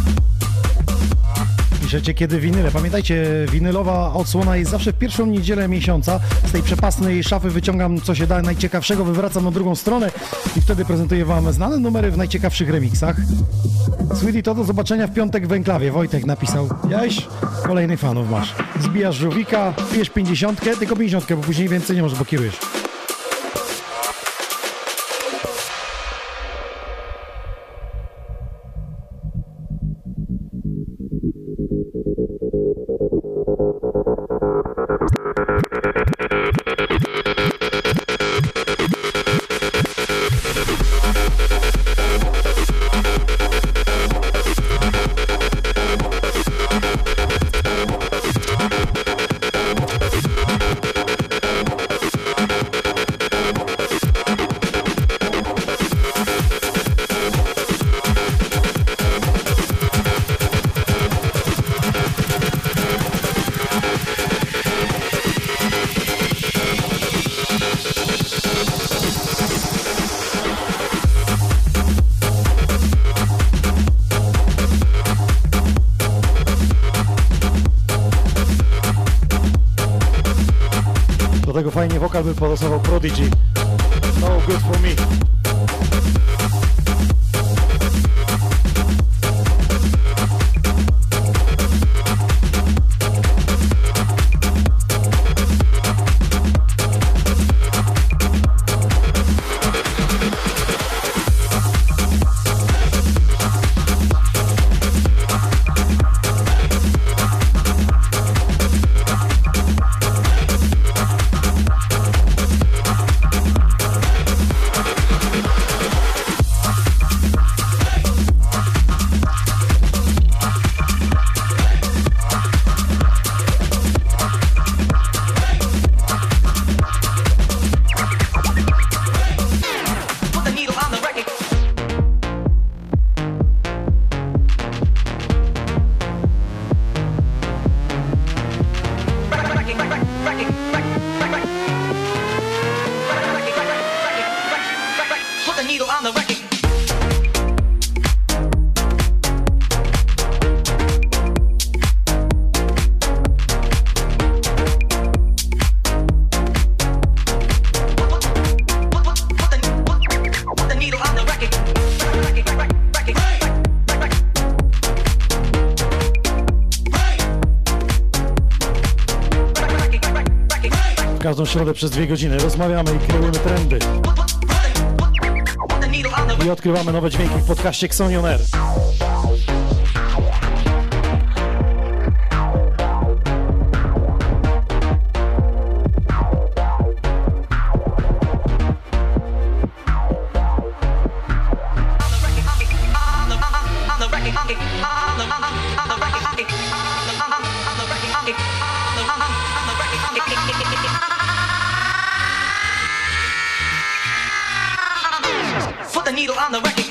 Piszecie kiedy winyle. Pamiętajcie, winylowa odsłona jest zawsze w pierwszą niedzielę miesiąca. Z tej przepasnej szafy wyciągam co się da najciekawszego, wywracam na drugą stronę i wtedy prezentuję wam znane numery w najciekawszych remixach. Sweetie, to do zobaczenia w piątek w Enklawie. Wojtek napisał. Jaś, kolejnych fanów masz. Zbijasz żółwika, pijesz 50, tylko 50, bo później więcej nie możesz, bo kierujesz. Do tego fajnie wokal by podosował Prodigy. No good for me. Put the needle on the record. Każdą środę przez 2 godziny rozmawiamy i kreujemy trendy. I odkrywamy nowe dźwięki w podcaście Xoni On Air. Put the needle on the record.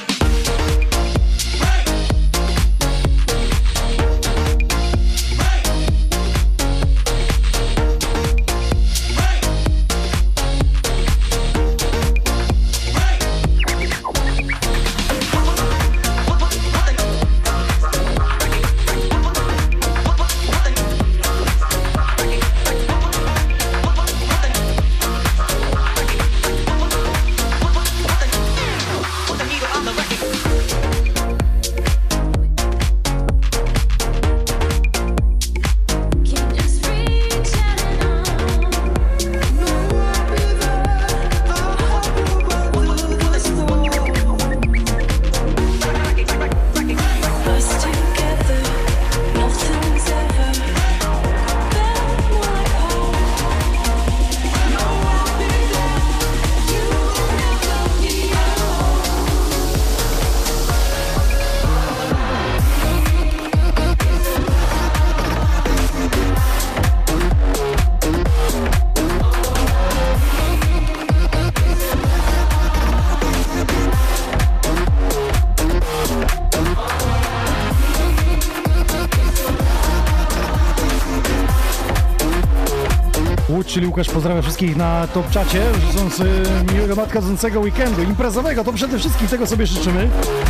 Czyli Łukasz pozdrawia wszystkich na Top Czacie, życząc miłego nadchodzącego weekendu imprezowego, to przede wszystkim tego sobie życzymy.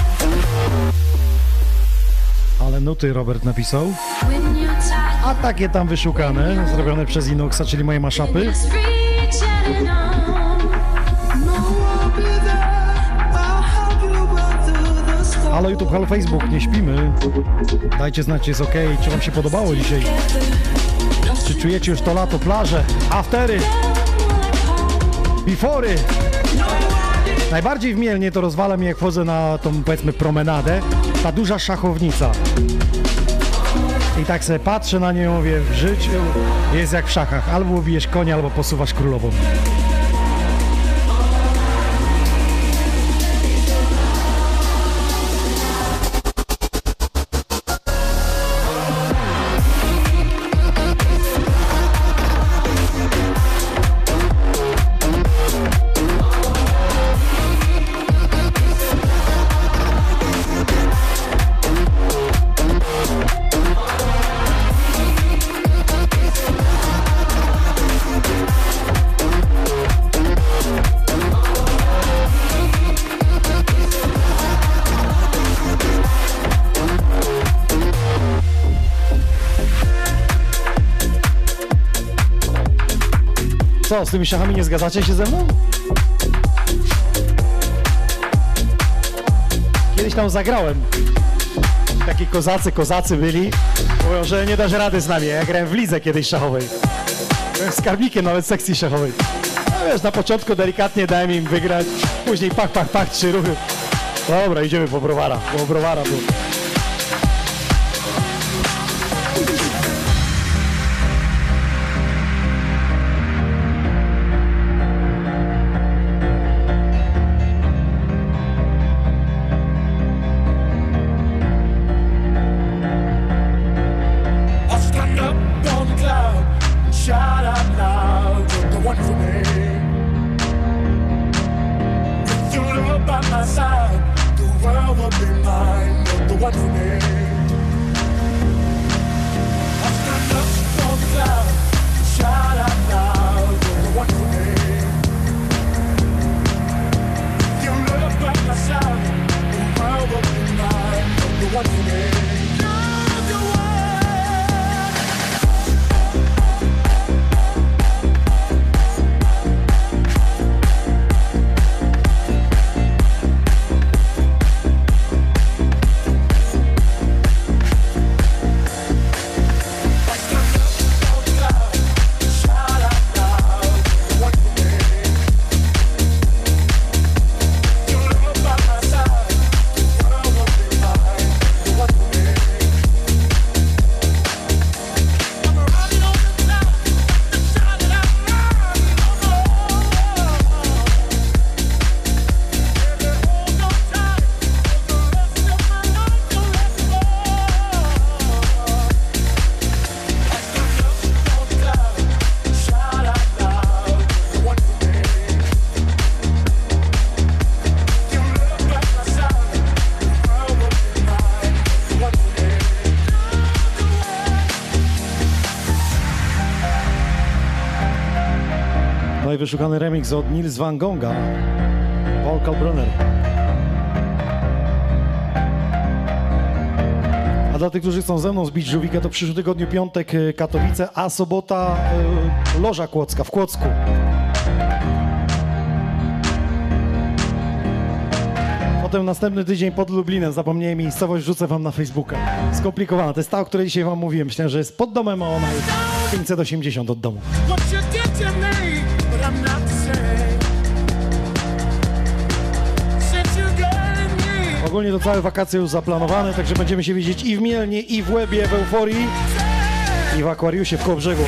Ale nuty Robert napisał, a takie tam wyszukane, zrobione przez Inoxa, czyli moje maszapy. Halo YouTube, halo Facebook, nie śpimy. Dajcie znać, czy jest ok, czy wam się podobało dzisiaj. Czy czujecie już to lato, plaże, aftery, before'y? Najbardziej w Mielnie to rozwala mnie, jak wchodzę na tą, powiedzmy, promenadę, ta duża szachownica. I tak sobie patrzę na nią, mówię, w życiu jest jak w szachach, albo ubijesz konia, albo posuwasz królową. Co, z tymi szachami nie zgadzacie się ze mną? Kiedyś tam zagrałem. Taki kozacy byli. Mówią, że nie dasz rady z nami. Ja grałem w lidze kiedyś szachowej. Byłem skarbnikiem nawet sekcji szachowej. No wiesz, na początku delikatnie dałem im wygrać. Później pach, 3 ruchy. Dobra, idziemy po browara. Bo browara był. Shine No i wyszukany remix od Nils van Gonga, Paul Kalkbrenner. A dla tych, którzy chcą ze mną zbić żółwika, to w przyszłym tygodniu piątek Katowice, a sobota Loża Kłodzka w Kłodzku. Potem następny tydzień pod Lublinem, zapomniałem miejscowość, wrzucę wam na Facebooka. Skomplikowana, to jest ta, o której dzisiaj wam mówiłem. Myślałem, że jest pod domem, a ona jest 580 od domu. Ogólnie to całe wakacje już zaplanowane, także będziemy się widzieć i w Mielnie, i w Łebie, w Euforii, i w Akwariusie w Kołobrzegu.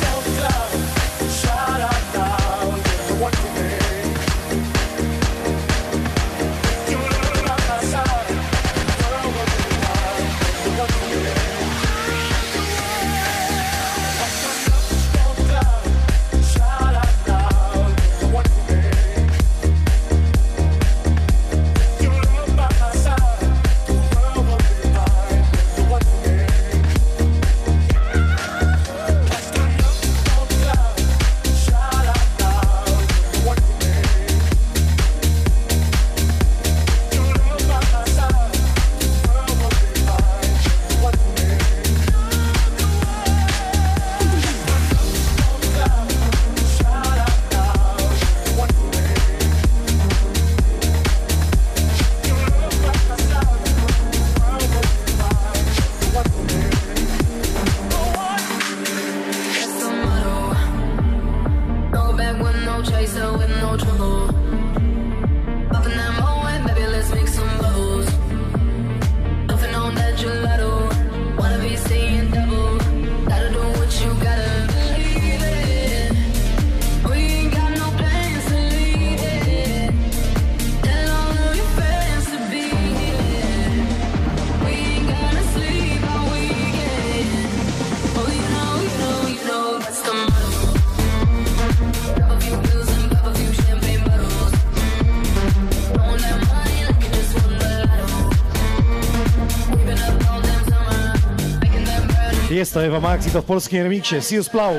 Jest to Ewa Max i to w polskim remiksie. Sius Plau.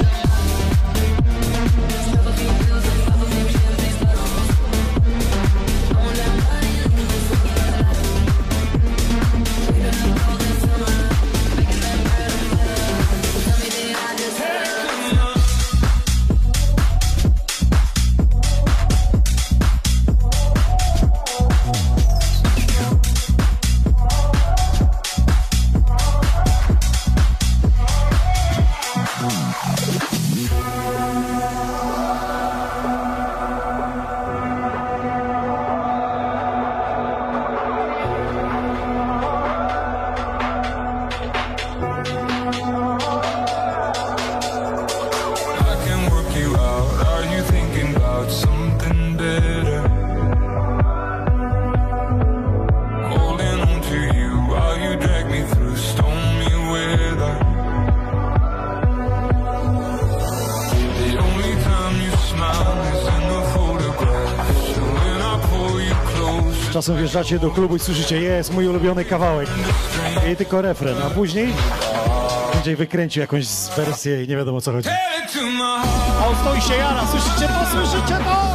Czasem wjeżdżacie do klubu i słyszycie, jest mój ulubiony kawałek. I tylko refren, a później będzie wykręcił jakąś wersję i nie wiadomo o co chodzi. A on stoi się jara, słyszycie to, słyszycie to?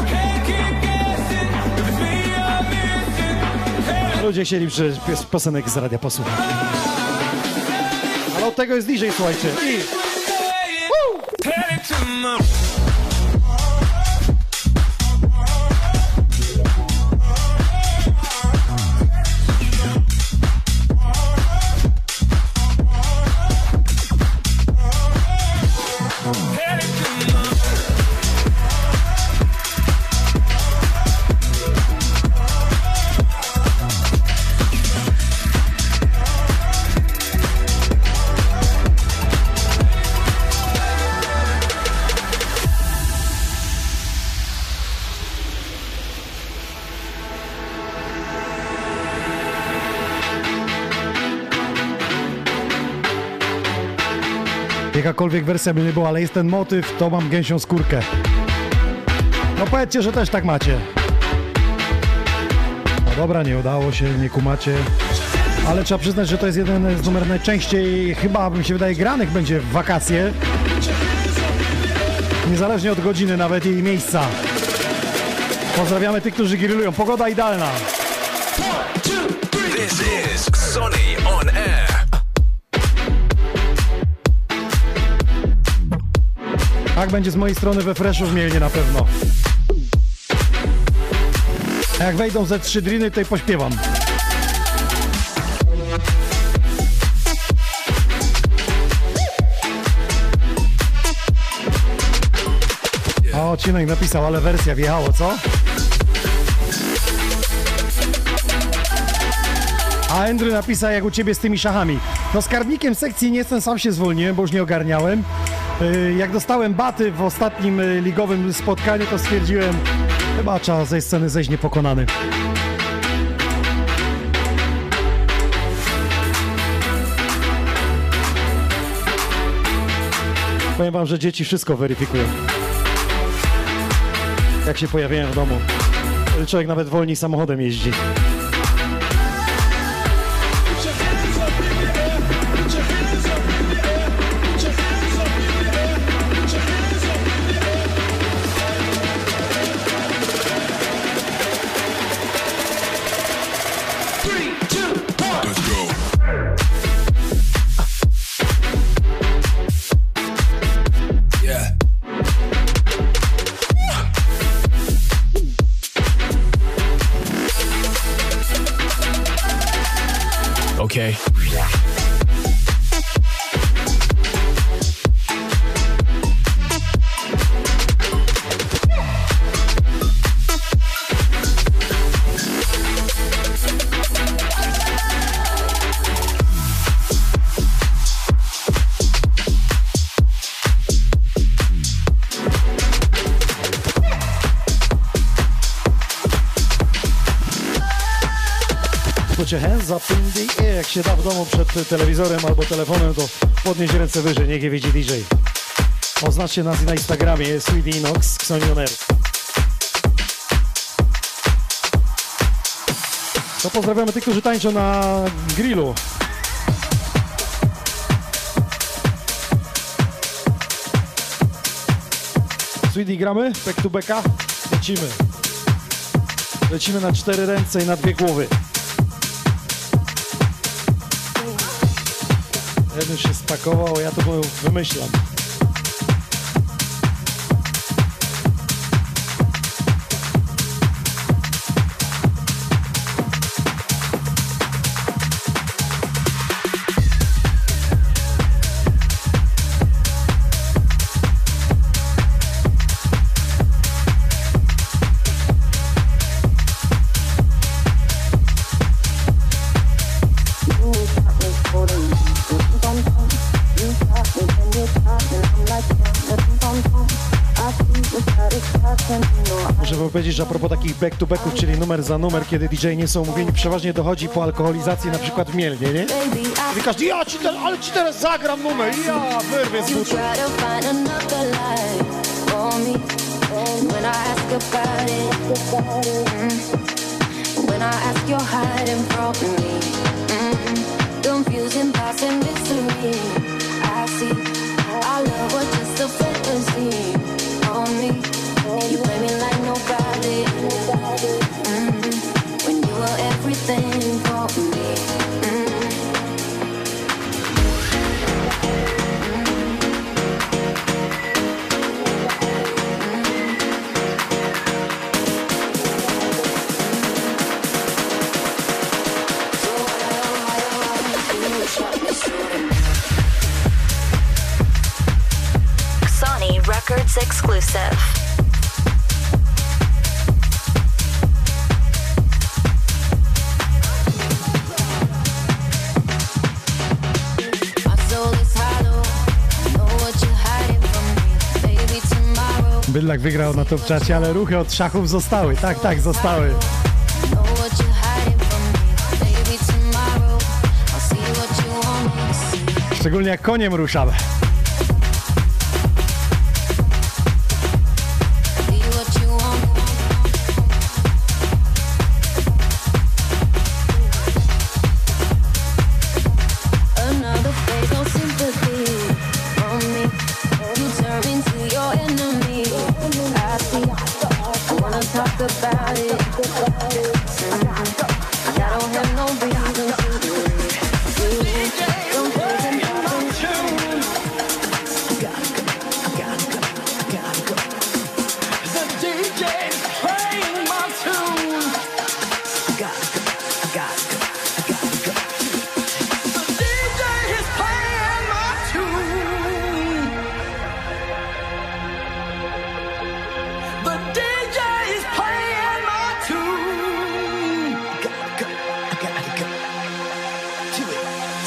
Ludzie chcieli piosenek z radia posłuchać. Ale od tego jest DJ, słuchajcie. Jakakolwiek wersja by nie była, ale jest ten motyw, to mam gęsią skórkę. No powiedzcie, że też tak macie. No dobra, nie udało się, nie kumacie. Ale trzeba przyznać, że to jest jeden z numerów najczęściej, chyba mi się wydaje, granych będzie w wakacje. Niezależnie od godziny, nawet i miejsca. Pozdrawiamy tych, którzy grillują. Pogoda idealna. This is Xoni on Air. Tak będzie z mojej strony we Freshu w Mielnie na pewno. A jak wejdą ze 3 driny, to i pośpiewam. O, Cinek napisał, ale wersja wjechało, co? A Andrew napisał, jak u ciebie z tymi szachami. No skarbnikiem sekcji nie jestem, sam się zwolniłem, bo już nie ogarniałem. Jak dostałem baty w ostatnim ligowym spotkaniu, to stwierdziłem, chyba trzeba ze sceny zejść niepokonany. Powiem wam, że dzieci wszystko weryfikują. Jak się pojawiają w domu. Człowiek nawet wolniej samochodem jeździ. Okay. Put your hands up in the air. Jak się da w domu przed telewizorem albo telefonem, to podnieś ręce wyżej, niech je widzi DJ. Oznaczcie nas na Instagramie, Sweetie Inox, Xoni On Air. To pozdrawiamy tych, którzy tańczą na grillu. Sweetie, gramy? Back to backa? Lecimy. Lecimy na 4 ręce i na 2 głowy. Jeden się spakował, ja to wymyślam. Muszę powiedzieć, że a propos takich back-to-backów, czyli numer za numer, kiedy DJ nie są umówieni, przeważnie dochodzi po alkoholizacji, na przykład w Mielnie, nie? I każdy, ale ci teraz zagram numer, ja wyrwę z butu. You play me like nobody. When you were everything for me. Xoni Records exclusive. Bydlak wygrał na top czacie, ale ruchy od szachów zostały. Tak, zostały. Szczególnie jak koniem ruszamy. Another phase, no sympathy from me. You turn into your enemy. about it. I don't have no reason to don't play them The DJ's playing my tune. The DJ is playing my tune. The DJ is playing my tune. I gotta go to it.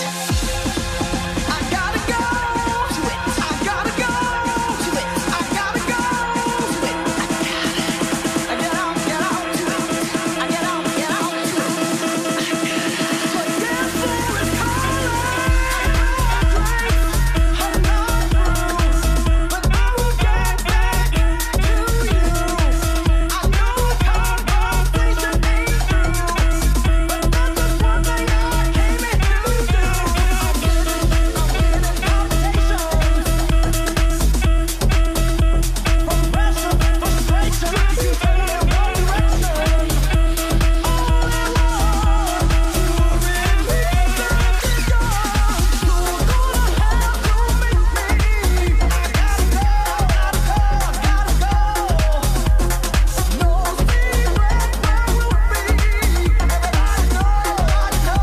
I gotta go to it. I gotta go to it. I gotta go to it. I get out to it. I get out to it. The dance floor is calling. I'm not through, but I will get back to you. I know a conversation ain't through, but that's just one thing I came in to do. I'm getting complications from pressure, frustration. You ain't in one direction. All I want to really get is yours. You're gonna have to meet me. I gotta go, gotta go, gotta go. No secret where we'll be. Everybody knows, I know.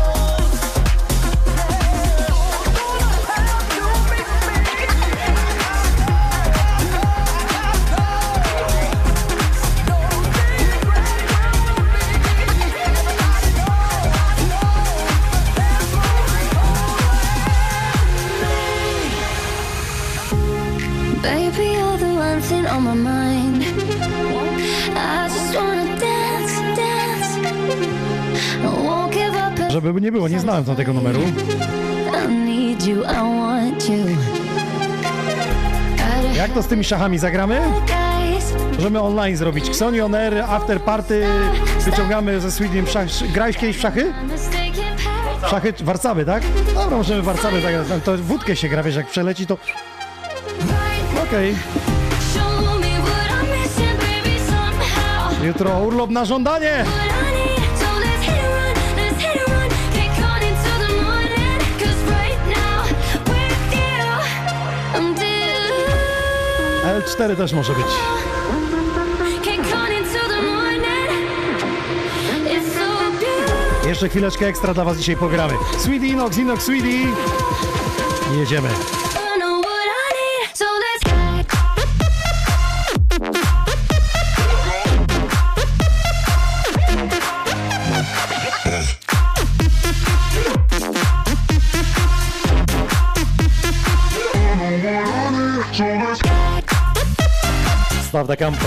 Baby, you're the one thing on my mind. I just wanna dance, dance. I won't give up. Żeby nie było, nie znałem tego numeru. I need you, I want you. Jak to z tymi szachami zagramy? Guys, Możemy online zrobić. Xoni On Air, after party, wyciągamy ze Sweetem szach. Grałeś kiedyś w szachy? I'm mistaken paradise. Szachy, Warszawy, tak? Dobra, możemy Warszawy zagrać. To wódkę się gra, wiesz, jak przeleci to... Okej. Show me what I'm missing, baby, somehow. Jutro urlop na żądanie! What I need, so let's hit and run, let's hit and run. Get caught into the morning, 'cause right now, with you, I'm due. L4 też może być. Get caught into the morning, it's so beautiful. Jeszcze chwileczkę ekstra dla was dzisiaj pogramy. Sweetie, Inox, Sweetie. Jedziemy. I know what I need, so let's Staw da campo.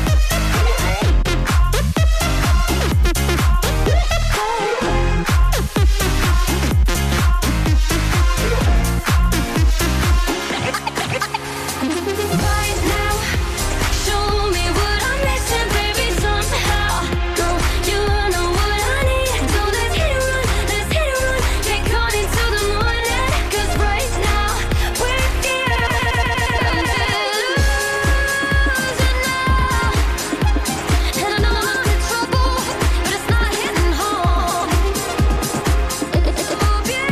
right now. Show me what I'm missing, baby, somehow. Girl, you know what I need, so let's hit and run, let's hit and run. Get caught into the morning, 'cause right now, with you, I'm losing now. And I know I'm in trouble, but it's not hitting home. It's so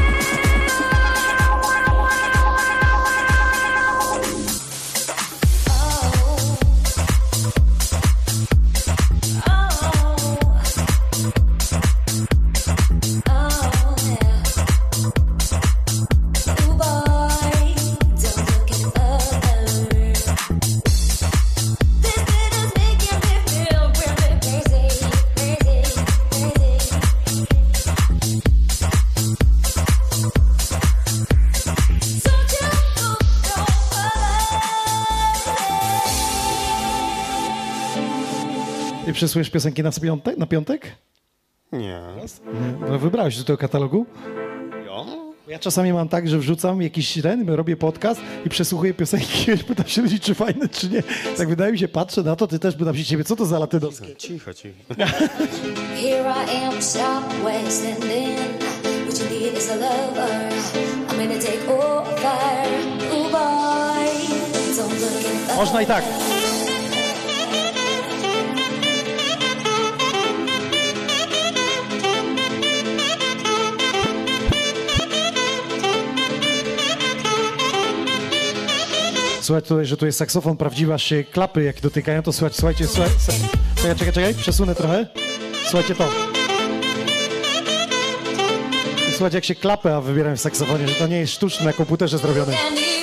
Ty przesłujesz piosenki na piątek? Nie. No, wybrałeś do tego katalogu? Ja czasami mam tak, że wrzucam jakiś robię podcast i przesłuchuję piosenki i pytam się ludzi, czy fajne, czy nie. Tak wydaje mi się, patrzę na to, ty też pytam się ciebie, co to za latynowskie? Cicho. Here I am, stop wasting. What you need is a lover. I'm gonna take over. Ooh boy, don't look at the Można i tak. Słuchaj tutaj, że tu jest saksofon prawdziwy, aż się klapy jak dotykają, to słuchajcie, czekaj, przesunę trochę. Słuchajcie to. Słuchajcie, jak się klapy wybierają w saksofonie, że to nie jest sztuczne, na komputerze zrobione.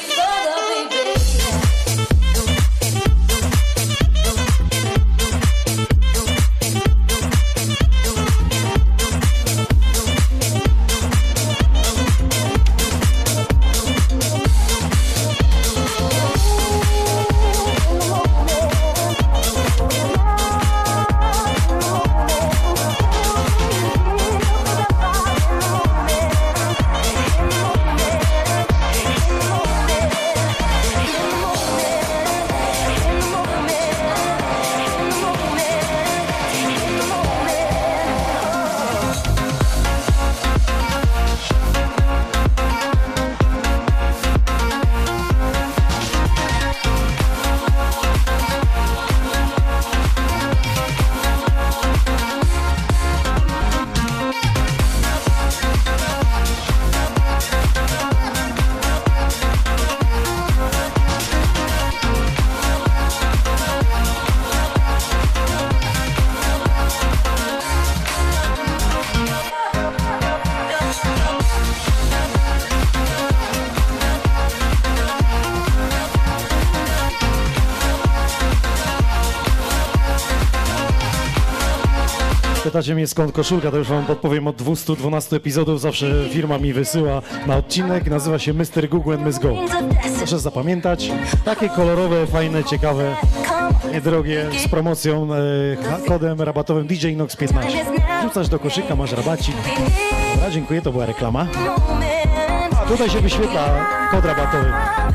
Pytacie mnie skąd koszulka, to już wam podpowiem, od 212 epizodów zawsze firma mi wysyła na odcinek, nazywa się Mr. Google and Miss Go. Proszę zapamiętać, takie kolorowe, fajne, ciekawe, niedrogie, z promocją, kodem rabatowym DJ Nox 15. Rzucasz do koszyka, masz rabacik. Dobra, dziękuję, to była reklama. A tutaj się wyświetla kod rabatowy.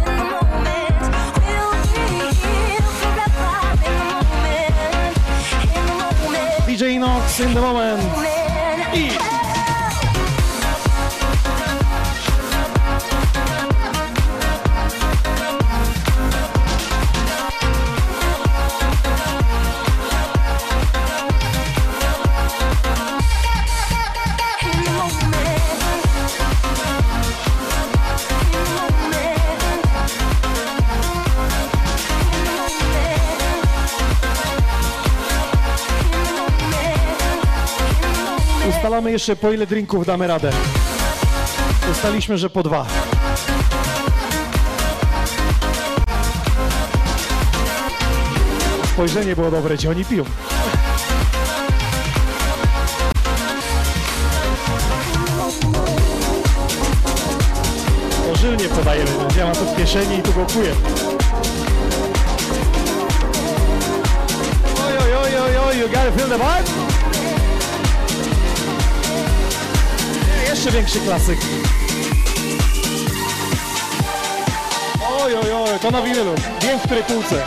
DJ Nox in the moment. I... Ustalamy jeszcze, po ile drinków damy radę. Ustaliliśmy, że po 2. Spojrzenie było dobre, gdzie oni piją. Ożylnie podajemy, ja mam to w kieszeni i tu blokuję. Oj, you gotta feel the vibe? Jeszcze większy klasyk. Oj, to na winylu. Wiem, w której półce.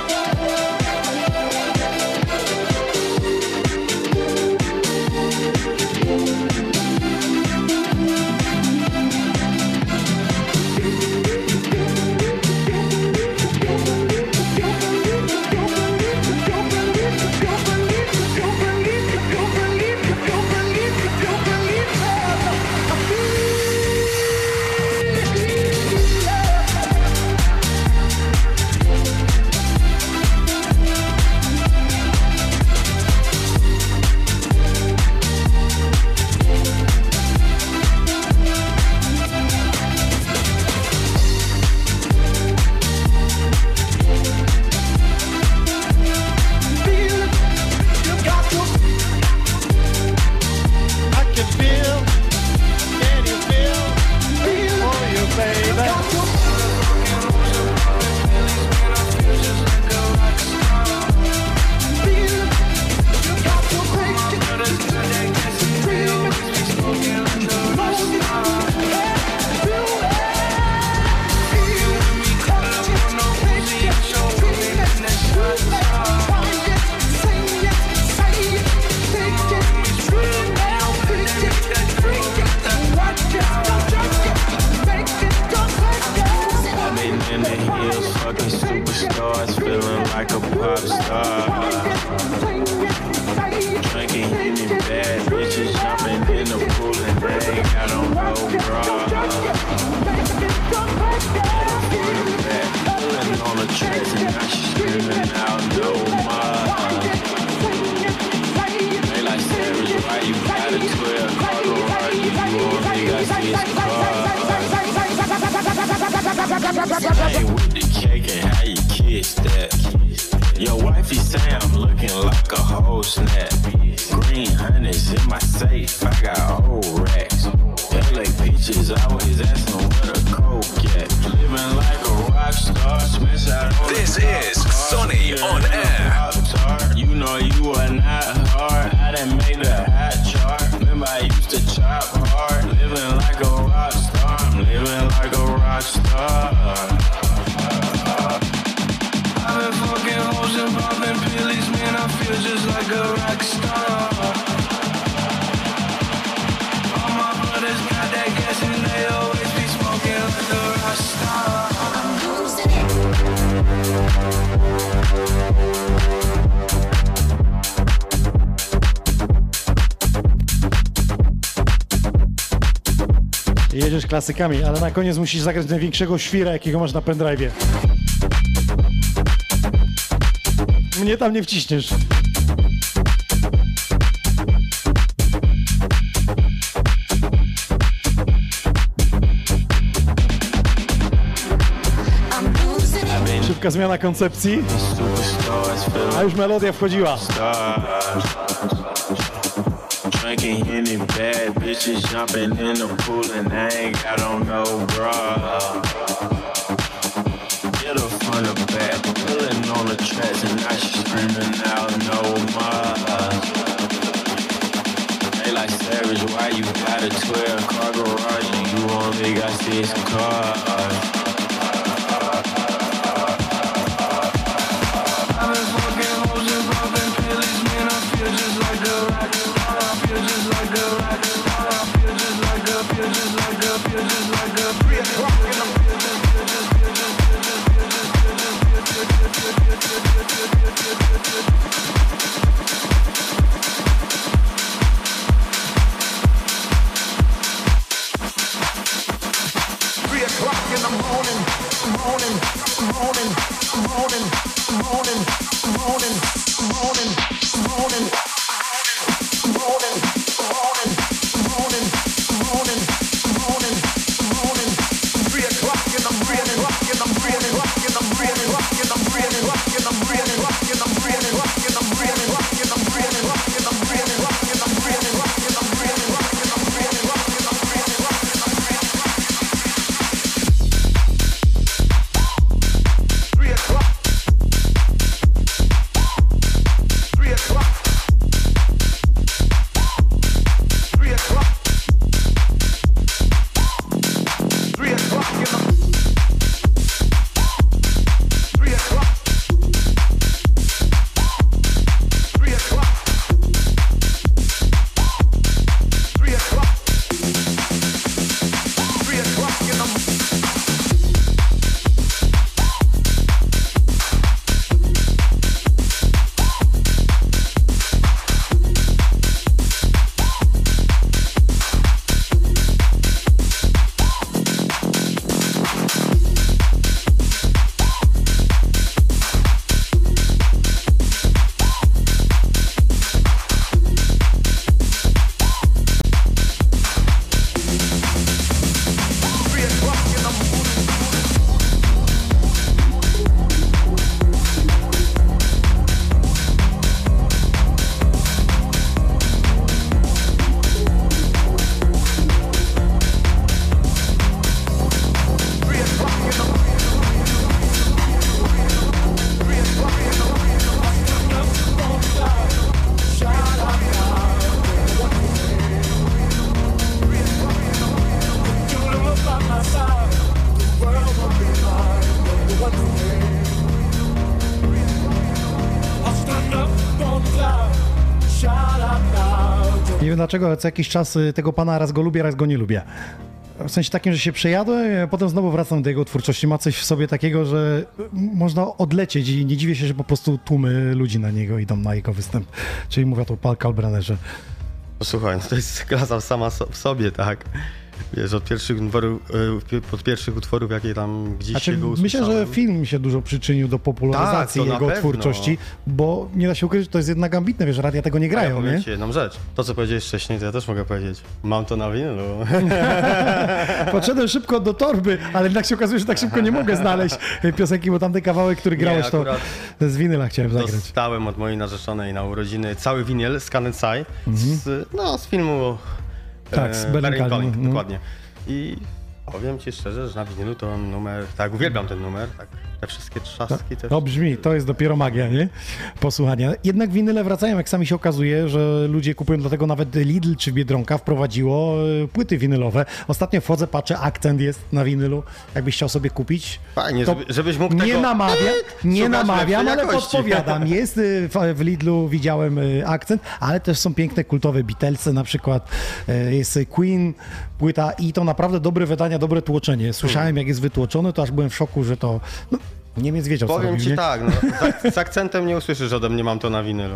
tracks and now she screaming out no more. They like Savage, why you got a 12 car garage? You only got 6 cars. Hey, with the cake and how you kiss that. Your wifey say I'm looking like a whole snap. Green honey's in my safe, I got old racks. LA peaches always asking where the coke at. Living like a rock star, smash out on This is Sonny on Air. You know you are not hard, I done made the hot chart. Remember I used to chop hard. Living like a rock star, I'm living like a rock star. I've been fucking hoes and popping pillies, man, I feel just like a rock star. All my brothers got that gas and they always be smoking like a rock star. I'm losing Jedziesz klasykami, ale na koniec musisz zagrać największego świra, jakiego masz na pendrive'ie. Mnie tam nie wciśniesz. Szybka zmiana koncepcji, a już melodia wchodziła. Drinking any bad bitches jumping in the pool and I ain't got on no bra. Get her from the back, pulling on the tracks and now she screaming out no more. They like Savage, why you got a 12 car garage and you only got 6 cars? I've been fucking hoes and popping pillies, man, I feel just like a rock star. I feel just like a rock star. I feel just like a, feel just like a, feel just like a, feel just like a, feel just, feel just, feel just, feel just, feel just, feel Nie wiem dlaczego, ale co jakiś czas tego pana raz go lubię, raz go nie lubię. W sensie takim, że się przejadłem, a potem znowu wracam do jego twórczości. Ma coś w sobie takiego, że można odlecieć i nie dziwię się, że po prostu tłumy ludzi na niego idą na jego występ. Czyli mówię to o Paul Kalkbrennerze. Słuchaj, to jest klasa sama w sobie, tak. Wiesz, od pierwszych utworów, jakie tam gdzieś Znaczy, się go myślę, usłyszałem. że film się dużo przyczynił do popularyzacji Tak, to na jego pewno. twórczości, bo nie da się ukryć, że to jest jednak ambitne, wiesz, radia tego nie Ja grają, powiem nie? ci jedną rzecz. To, co powiedziałeś wcześniej, to ja też mogę powiedzieć. Mam to na winylu. Podszedłem szybko do torby, ale jednak się okazuje, że tak szybko nie mogę znaleźć piosenki, bo tamten kawałek, który grałeś, to akurat z winyla chciałem zagrać. Dostałem od mojej narzeczonej na urodziny cały winyl z Kansai, z filmu Tak, z Bellingcalli, Calling, mhm. dokładnie. I powiem ci szczerze, że na winylu to numer, tak, uwielbiam ten numer, tak, te wszystkie trzaski też. No brzmi, to jest dopiero magia, nie? Posłuchania. Jednak winyle wracają, jak sami się okazuje, że ludzie kupują, dlatego nawet Lidl czy Biedronka wprowadziło płyty winylowe. Ostatnio wchodzę, patrzę, Akcent jest na winylu, jakbyś chciał sobie kupić. Fajnie, to żebyś mógł nie tego... nie szukać namawiam, lepszej ale jakości. podpowiadam. Jest w Lidlu, widziałem Akcent, ale też są piękne, kultowe Beatlesy na przykład, jest Queen płyta i to naprawdę dobre wydania, dobre tłoczenie. Słyszałem, jak jest wytłoczone, to aż byłem w szoku, że to... No, Niemiec wiedział, co Powiem robił, ci nie? tak, no, z akcentem nie usłyszysz ode mnie, mam to na winylu.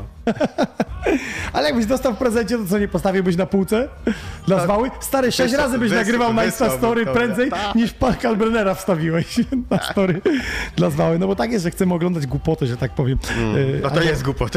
Ale jakbyś dostał w prezencie, to co, nie postawiłbyś na półce dla zwały? Stary, 6 razy byś nagrywał na Insta Story prędzej niż pan Kalbrennera wstawiłeś na story dla zwały. No bo tak jest, że chcemy oglądać głupotę, że tak powiem. No to Ale- jest głupota.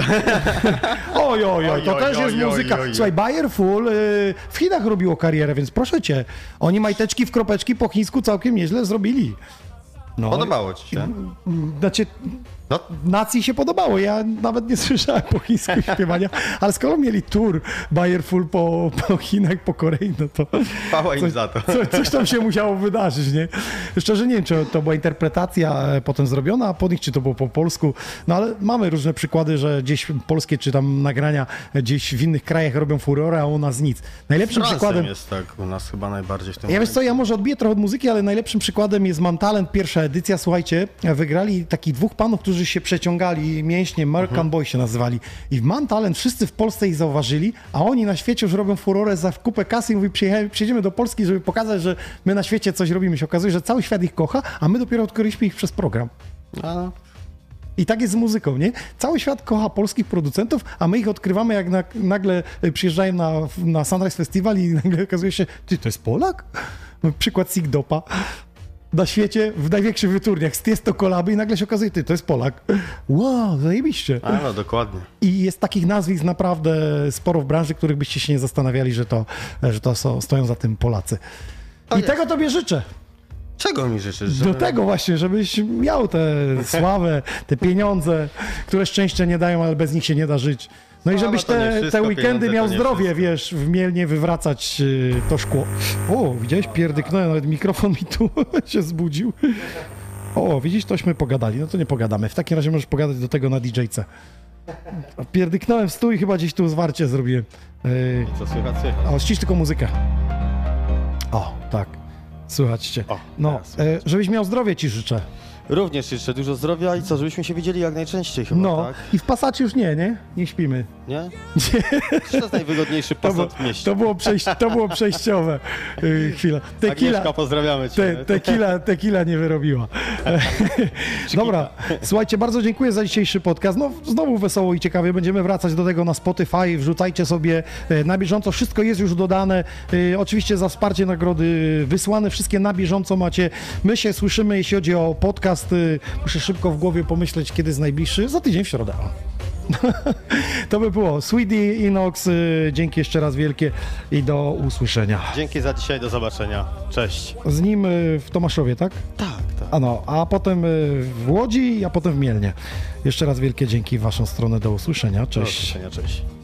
Oj, to Oj, też oj, jest oj, muzyka. oj, oj. Słuchaj, Bayer Full w Chinach robiło karierę, więc proszę cię, oni majteczki w kropeczki po chińsku całkiem nieźle zrobili. No, Podobało ci się? Znaczy, No. nacji się podobało. Ja nawet nie słyszałem po chińsku śpiewania, ale skoro mieli tour Bayer Full po Chinach, po Korei, no to Chwała im za to. coś tam się musiało wydarzyć, nie? Szczerze nie wiem, czy to była interpretacja potem zrobiona, a po nich, czy to było po polsku, no ale mamy różne przykłady, że gdzieś polskie, czy tam nagrania gdzieś w innych krajach robią furorę, a u nas nic. Najlepszym Francem przykładem... jest tak u nas chyba najbardziej w tym Ja wiesz co, ja może odbiję trochę od muzyki, ale najlepszym przykładem jest Mam Talent, pierwsza edycja, słuchajcie, wygrali takich dwóch panów, którzy się przeciągali, mięśnie, American Boy się nazywali. I w Mam Talent wszyscy w Polsce ich zauważyli, a oni na świecie już robią furorę za kupę kasy i mówi, przyjedziemy do Polski, żeby pokazać, że my na świecie coś robimy. Się okazuje, że cały świat ich kocha, a my dopiero odkryliśmy ich przez program. A, I tak jest z muzyką, nie? Cały świat kocha polskich producentów, a my ich odkrywamy, jak nagle przyjeżdżają na Sunrise Festival i nagle okazuje się, ty, to jest Polak? Przykład Sigdopa. Na świecie, w największych wytwórniach, z Tiesto kolaby i nagle się okazuje, ty, to jest Polak. Wow, zajebiście. no dokładnie. I jest takich nazwisk naprawdę sporo w branży, których byście się nie zastanawiali, że to stoją za tym Polacy. I tego tobie życzę. Czego mi życzysz? Do tego właśnie, żebyś miał tę sławę, te pieniądze, które szczęście nie dają, ale bez nich się nie da żyć. No i Sława żebyś to nie te wszystko, weekendy pieniądze miał to nie zdrowie, wszystko. wiesz, w Mielnie wywracać to szkło. O, widziałeś, pierdyknąłem, nawet mikrofon mi tu się zbudził. O, widzisz, tośmy pogadali, no to nie pogadamy. W takim razie możesz pogadać do tego na DJ-ce. Pierdyknąłem w stół i chyba gdzieś tu zwarcie zrobiłem. Co słychać? O, ścisz tylko muzykę. O, tak. Słychać cię. O, No, teraz słychać. żebyś miał zdrowie, ci życzę. Również życzę dużo zdrowia i co, żebyśmy się widzieli jak najczęściej chyba, No, tak? i w Passacie już nie? Nie śpimy. Nie? To jest najwygodniejszy Passat w mieście. To było przejściowe. Chwila. Agnieszka, pozdrawiamy cię. Tequila nie wyrobiła. Dobra, słuchajcie, bardzo dziękuję za dzisiejszy podcast. No, znowu wesoło i ciekawie. Będziemy wracać do tego na Spotify. Wrzucajcie sobie na bieżąco. Wszystko jest już dodane. Oczywiście za wsparcie nagrody wysłane. Wszystkie na bieżąco macie. My się słyszymy, jeśli chodzi o podcast. Muszę szybko w głowie pomyśleć, kiedy jest najbliższy. Za tydzień w środę. To by było. Sweetie, Inox, dzięki jeszcze raz wielkie i do usłyszenia. Dzięki za dzisiaj, do zobaczenia. Cześć. Z nim w Tomaszowie, tak? Tak. A potem w Łodzi, a potem w Mielnie. Jeszcze raz wielkie dzięki w waszą stronę. Do usłyszenia. Do Cześć. usłyszenia, cześć.